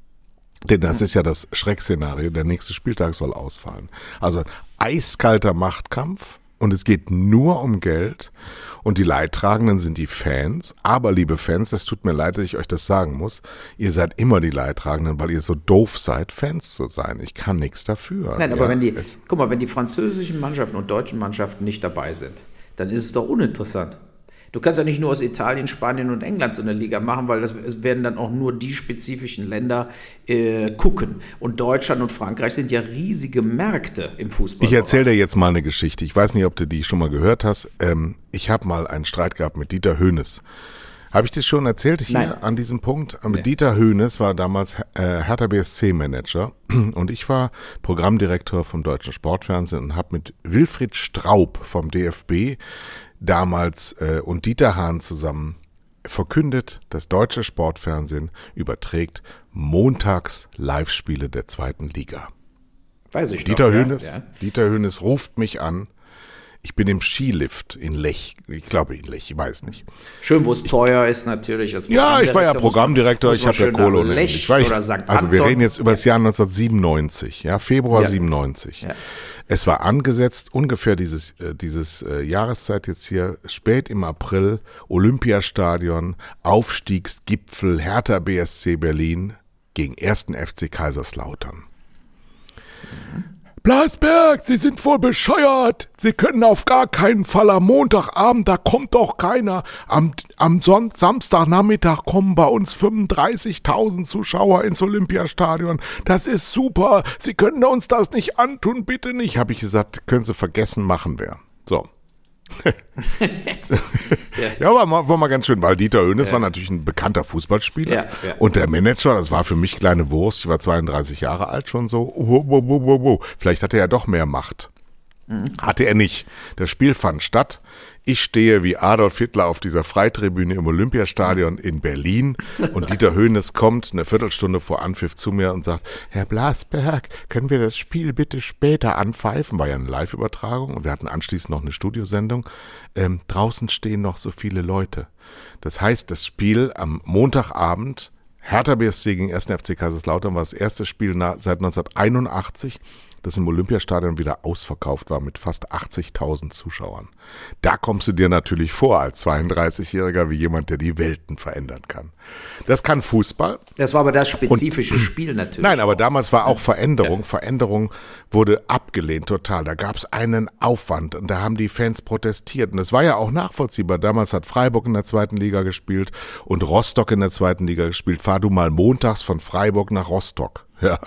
Speaker 1: Denn das ist ja das Schreckszenario, der nächste Spieltag soll ausfallen. Also eiskalter Machtkampf. Und es geht nur um Geld und die Leidtragenden sind die Fans. Aber liebe Fans, es tut mir leid, dass ich euch das sagen muss, ihr seid immer die Leidtragenden, weil ihr so doof seid, Fans zu sein. Ich kann nichts dafür.
Speaker 2: Nein, aber wenn die französischen Mannschaften und deutschen Mannschaften nicht dabei sind, dann ist es doch uninteressant. Du kannst ja nicht nur aus Italien, Spanien und England so eine Liga machen, weil es werden dann auch nur die spezifischen Länder gucken. Und Deutschland und Frankreich sind ja riesige Märkte im Fußball.
Speaker 1: Ich erzähle dir jetzt mal eine Geschichte. Ich weiß nicht, ob du die schon mal gehört hast. Ich habe mal einen Streit gehabt mit Dieter Hoeneß. Habe ich das schon erzählt hier
Speaker 2: Nein.
Speaker 1: An diesem Punkt?
Speaker 2: Nee.
Speaker 1: Dieter Hoeneß war damals Hertha BSC-Manager und ich war Programmdirektor vom Deutschen Sportfernsehen und habe mit Wilfried Straub vom DFB damals und Dieter Hahn zusammen verkündet, das Deutsche Sportfernsehen überträgt montags Live-Spiele der 2. Liga.
Speaker 2: Weiß ich
Speaker 1: Dieter
Speaker 2: noch,
Speaker 1: Dieter Hoeneß ruft mich an. Ich bin im Skilift in Lech. Ich glaube in Lech, ich weiß nicht.
Speaker 2: Schön, wo es teuer ist natürlich. Als
Speaker 1: Ja, ich war ja Programmdirektor, ich habe ja Kohle ohne Ende. Also wir reden jetzt über das Jahr 1997, ja, Februar 97. Ja. Es war angesetzt, ungefähr dieses Jahreszeit jetzt hier, spät im April, Olympiastadion, Aufstiegsgipfel Hertha BSC Berlin gegen 1. FC Kaiserslautern. Blasberg, Sie sind wohl bescheuert. Sie können auf gar keinen Fall am Montagabend, da kommt doch keiner. Am Samstagnachmittag kommen bei uns 35.000 Zuschauer ins Olympiastadion. Das ist super. Sie können uns das nicht antun, bitte nicht. Habe ich gesagt, können Sie vergessen, machen wir. So. Ja, war mal ganz schön, weil Dieter Hoeneß war natürlich ein bekannter Fußballspieler und der Manager, das war für mich kleine Wurst, ich war 32 Jahre alt schon so, vielleicht hatte er doch mehr Macht. Hatte er nicht. Das Spiel fand statt. Ich stehe wie Adolf Hitler auf dieser Freitribüne im Olympiastadion in Berlin und Dieter Hoeneß kommt eine Viertelstunde vor Anpfiff zu mir und sagt, Herr Blasberg, können wir das Spiel bitte später anpfeifen? War ja eine Live-Übertragung und wir hatten anschließend noch eine Studiosendung. Draußen stehen noch so viele Leute. Das heißt, das Spiel am Montagabend, Hertha BSC gegen 1. FC Kaiserslautern, war das erste Spiel seit 1981. das im Olympiastadion wieder ausverkauft war mit fast 80.000 Zuschauern. Da kommst du dir natürlich vor als 32-Jähriger wie jemand, der die Welten verändern kann. Das kann Fußball.
Speaker 2: Das war aber das spezifische Spiel natürlich.
Speaker 1: Nein, aber damals war auch Veränderung. Ja. Veränderung wurde abgelehnt total. Da gab es einen Aufwand und da haben die Fans protestiert. Und das war ja auch nachvollziehbar. Damals hat Freiburg in der 2. Liga gespielt und Rostock in der 2. Liga gespielt. Fahr du mal montags von Freiburg nach Rostock. Ja,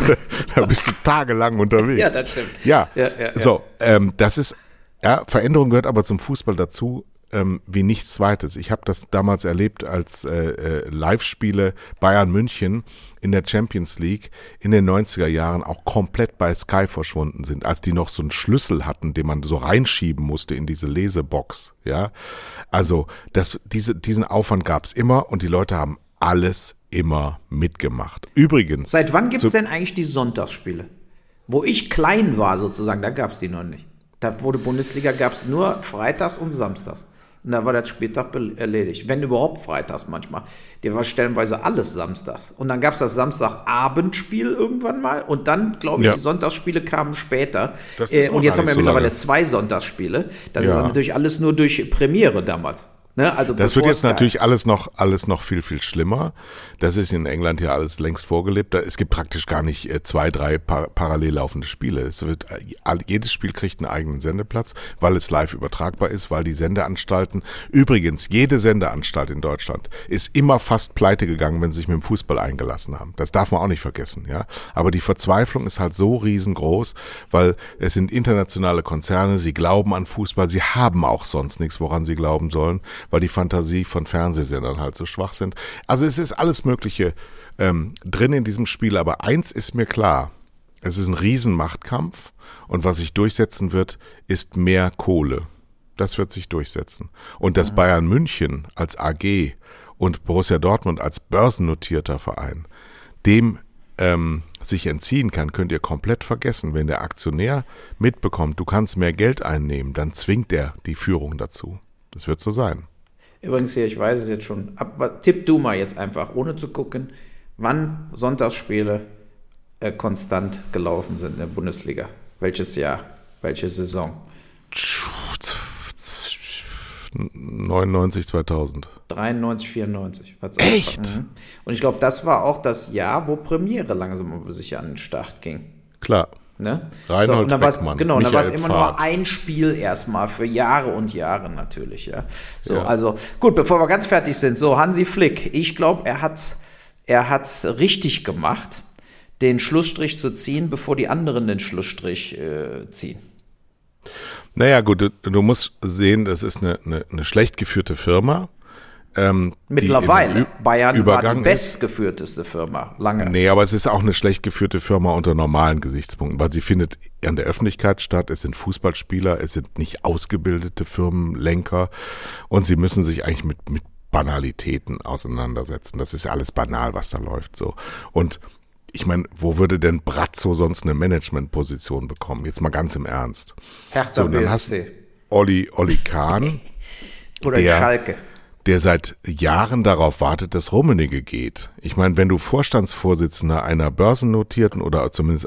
Speaker 1: da bist du tagelang unterwegs.
Speaker 2: Ja, das stimmt.
Speaker 1: Ja. So, das ist, Veränderung gehört aber zum Fußball dazu. Wie nichts Zweites. Ich habe das damals erlebt, als Live-Spiele Bayern München in der Champions League in den 90er Jahren auch komplett bei Sky verschwunden sind, als die noch so einen Schlüssel hatten, den man so reinschieben musste in diese Lesebox. Ja, also diesen Aufwand gab es immer und die Leute haben alles immer mitgemacht. Übrigens.
Speaker 2: Seit wann gibt es denn eigentlich die Sonntagsspiele? Wo ich klein war sozusagen, da gab es die noch nicht. Da wurde Bundesliga, gab es nur freitags und samstags. Und da war der Spieltag erledigt. Wenn überhaupt freitags manchmal. Der war stellenweise alles samstags. Und dann gab es das Samstagabendspiel irgendwann mal. Und dann, glaube ich, die Sonntagsspiele kamen später. Und jetzt haben wir mittlerweile 2 Sonntagsspiele. Das ist natürlich alles nur durch Premiere damals. Ne? Also
Speaker 1: das wird jetzt natürlich alles noch viel, viel schlimmer. Das ist in England ja alles längst vorgelebt. Es gibt praktisch gar nicht 2, 3 parallel laufende Spiele. Jedes Spiel kriegt einen eigenen Sendeplatz, weil es live übertragbar ist, weil die Sendeanstalten, übrigens jede Sendeanstalt in Deutschland ist immer fast pleite gegangen, wenn sie sich mit dem Fußball eingelassen haben. Das darf man auch nicht vergessen, ja. Aber die Verzweiflung ist halt so riesengroß, weil es sind internationale Konzerne, sie glauben an Fußball, sie haben auch sonst nichts, woran sie glauben sollen, weil die Fantasie von Fernsehsendern halt so schwach sind. Also es ist alles Mögliche drin in diesem Spiel, aber eins ist mir klar, es ist ein Riesenmachtkampf und was sich durchsetzen wird, ist mehr Kohle. Das wird sich durchsetzen. Und dass Bayern München als AG und Borussia Dortmund als börsennotierter Verein dem sich entziehen kann, könnt ihr komplett vergessen. Wenn der Aktionär mitbekommt, du kannst mehr Geld einnehmen, dann zwingt er die Führung dazu. Das wird so sein.
Speaker 2: Übrigens hier, ich weiß es jetzt schon, aber tipp du mal jetzt einfach, ohne zu gucken, wann Sonntagsspiele konstant gelaufen sind in der Bundesliga. Welches Jahr, welche Saison?
Speaker 1: 99, 2000.
Speaker 2: 93, 94.
Speaker 1: Echt?
Speaker 2: Und ich glaube, das war auch das Jahr, wo Premiere langsam aber sicher an den Start ging.
Speaker 1: Klar.
Speaker 2: Ne?
Speaker 1: Reinhold Beckmann.
Speaker 2: Genau, da war es immer nur ein Spiel erstmal für Jahre und Jahre natürlich. Ja. So, also gut, bevor wir ganz fertig sind, so Hansi Flick, ich glaube, er hat's richtig gemacht, den Schlussstrich zu ziehen, bevor die anderen den Schlussstrich ziehen.
Speaker 1: Naja gut, du musst sehen, das ist eine schlecht geführte Firma.
Speaker 2: Mittlerweile. Bayern war die bestgeführteste Firma, lange.
Speaker 1: Nee, aber es ist auch eine schlecht geführte Firma unter normalen Gesichtspunkten, weil sie findet an der Öffentlichkeit statt. Es sind Fußballspieler, es sind nicht ausgebildete Firmenlenker und sie müssen sich eigentlich mit Banalitäten auseinandersetzen. Das ist ja alles banal, was da läuft so. Und ich meine, wo würde denn Brazzo sonst eine Managementposition bekommen? Jetzt mal ganz im Ernst.
Speaker 2: Hertha BSC.
Speaker 1: Dann hast Olli Kahn.
Speaker 2: Oder Schalke.
Speaker 1: Der seit Jahren darauf wartet, dass Rummenigge geht. Ich meine, wenn du Vorstandsvorsitzender einer börsennotierten oder zumindest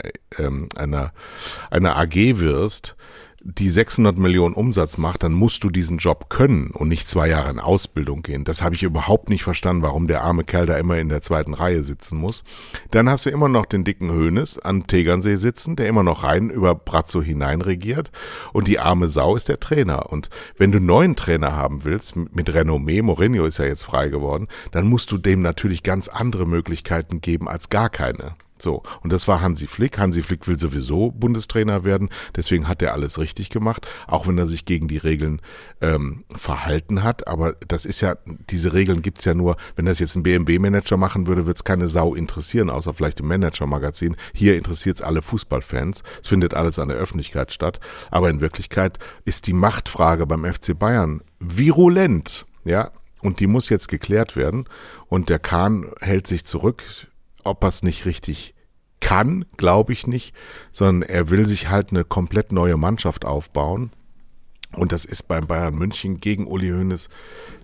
Speaker 1: einer AG wirst, die 600 Millionen Umsatz macht, dann musst du diesen Job können und nicht 2 Jahre in Ausbildung gehen. Das habe ich überhaupt nicht verstanden, warum der arme Kerl da immer in der 2. Reihe sitzen muss. Dann hast du immer noch den dicken Hoeneß am Tegernsee sitzen, der immer noch rein über Brazzo hinein regiert und die arme Sau ist der Trainer. Und wenn du einen neuen Trainer haben willst, mit Renommee, Mourinho ist ja jetzt frei geworden, dann musst du dem natürlich ganz andere Möglichkeiten geben als gar keine. So, und das war Hansi Flick. Hansi Flick will sowieso Bundestrainer werden, deswegen hat er alles richtig gemacht, auch wenn er sich gegen die Regeln verhalten hat. Aber das ist ja, diese Regeln gibt's ja nur, wenn das jetzt ein BMW-Manager machen würde, wird's keine Sau interessieren, außer vielleicht im Manager-Magazin. Hier interessiert's alle Fußballfans. Es findet alles an der Öffentlichkeit statt. Aber in Wirklichkeit ist die Machtfrage beim FC Bayern virulent, ja, und die muss jetzt geklärt werden. Und der Kahn hält sich zurück. Ob er es nicht richtig kann, glaube ich nicht, sondern er will sich halt eine komplett neue Mannschaft aufbauen. Und das ist beim Bayern München gegen Uli Hoeneß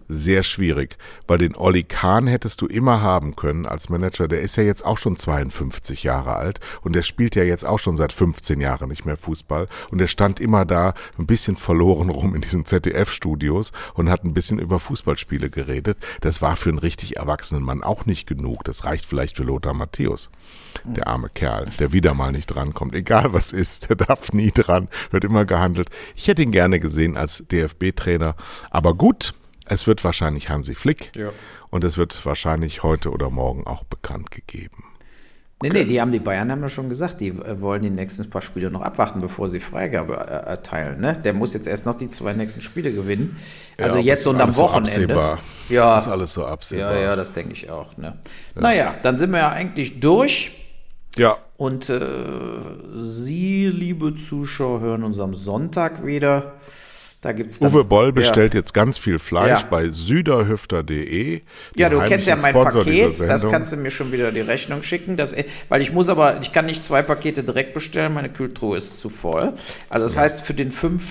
Speaker 1: sehr schwierig, weil den Olli Kahn hättest du immer haben können als Manager. Der ist ja jetzt auch schon 52 Jahre alt und der spielt ja jetzt auch schon seit 15 Jahren nicht mehr Fußball und der stand immer da ein bisschen verloren rum in diesen ZDF-Studios und hat ein bisschen über Fußballspiele geredet. Das war für einen richtig erwachsenen Mann auch nicht genug. Das reicht vielleicht für Lothar Matthäus, der arme Kerl, der wieder mal nicht drankommt. Egal was ist, der darf nie dran, wird immer gehandelt. Ich hätte ihn gerne gesehen als DFB-Trainer, aber gut, es wird wahrscheinlich Hansi Flick und es wird wahrscheinlich heute oder morgen auch bekannt gegeben.
Speaker 2: Nee, die Bayern haben ja schon gesagt, die wollen die nächsten paar Spiele noch abwarten, bevor sie Freigabe erteilen. Ne? Der muss jetzt erst noch die 2 nächsten Spiele gewinnen. Also jetzt und am Wochenende.
Speaker 1: So absehbar.
Speaker 2: Ja,
Speaker 1: das ist alles so absehbar.
Speaker 2: Ja, das denke ich auch. Ne? Ja. Naja, dann sind wir ja eigentlich durch.
Speaker 1: Ja.
Speaker 2: Und Sie, liebe Zuschauer, hören uns am Sonntag wieder. Da gibt's dann,
Speaker 1: Uwe Boll bestellt jetzt ganz viel Fleisch bei süderhüfter.de.
Speaker 2: Ja, du kennst ja mein Paket, das kannst du mir schon wieder die Rechnung schicken. Weil ich kann nicht 2 Pakete direkt bestellen, meine Kühltruhe ist zu voll. Also das heißt für den 5.,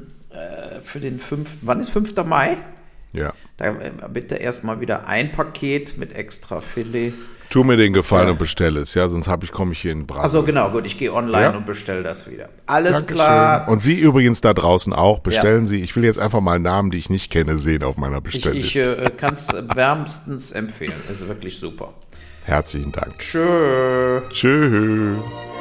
Speaker 2: wann ist 5. Mai?
Speaker 1: Ja.
Speaker 2: Da bitte erstmal wieder ein Paket mit extra Filet.
Speaker 1: Tu mir den Gefallen und bestell es, ja, sonst komme ich hier in Brand.
Speaker 2: Achso, genau, gut, ich gehe online und bestelle das wieder. Alles Dankeschön. Klar.
Speaker 1: Und Sie übrigens da draußen auch, bestellen Sie. Ich will jetzt einfach mal Namen, die ich nicht kenne, sehen auf meiner Bestellliste.
Speaker 2: Ich kann es wärmstens empfehlen, ist wirklich super.
Speaker 1: Herzlichen Dank.
Speaker 2: Tschö.
Speaker 1: Tschö.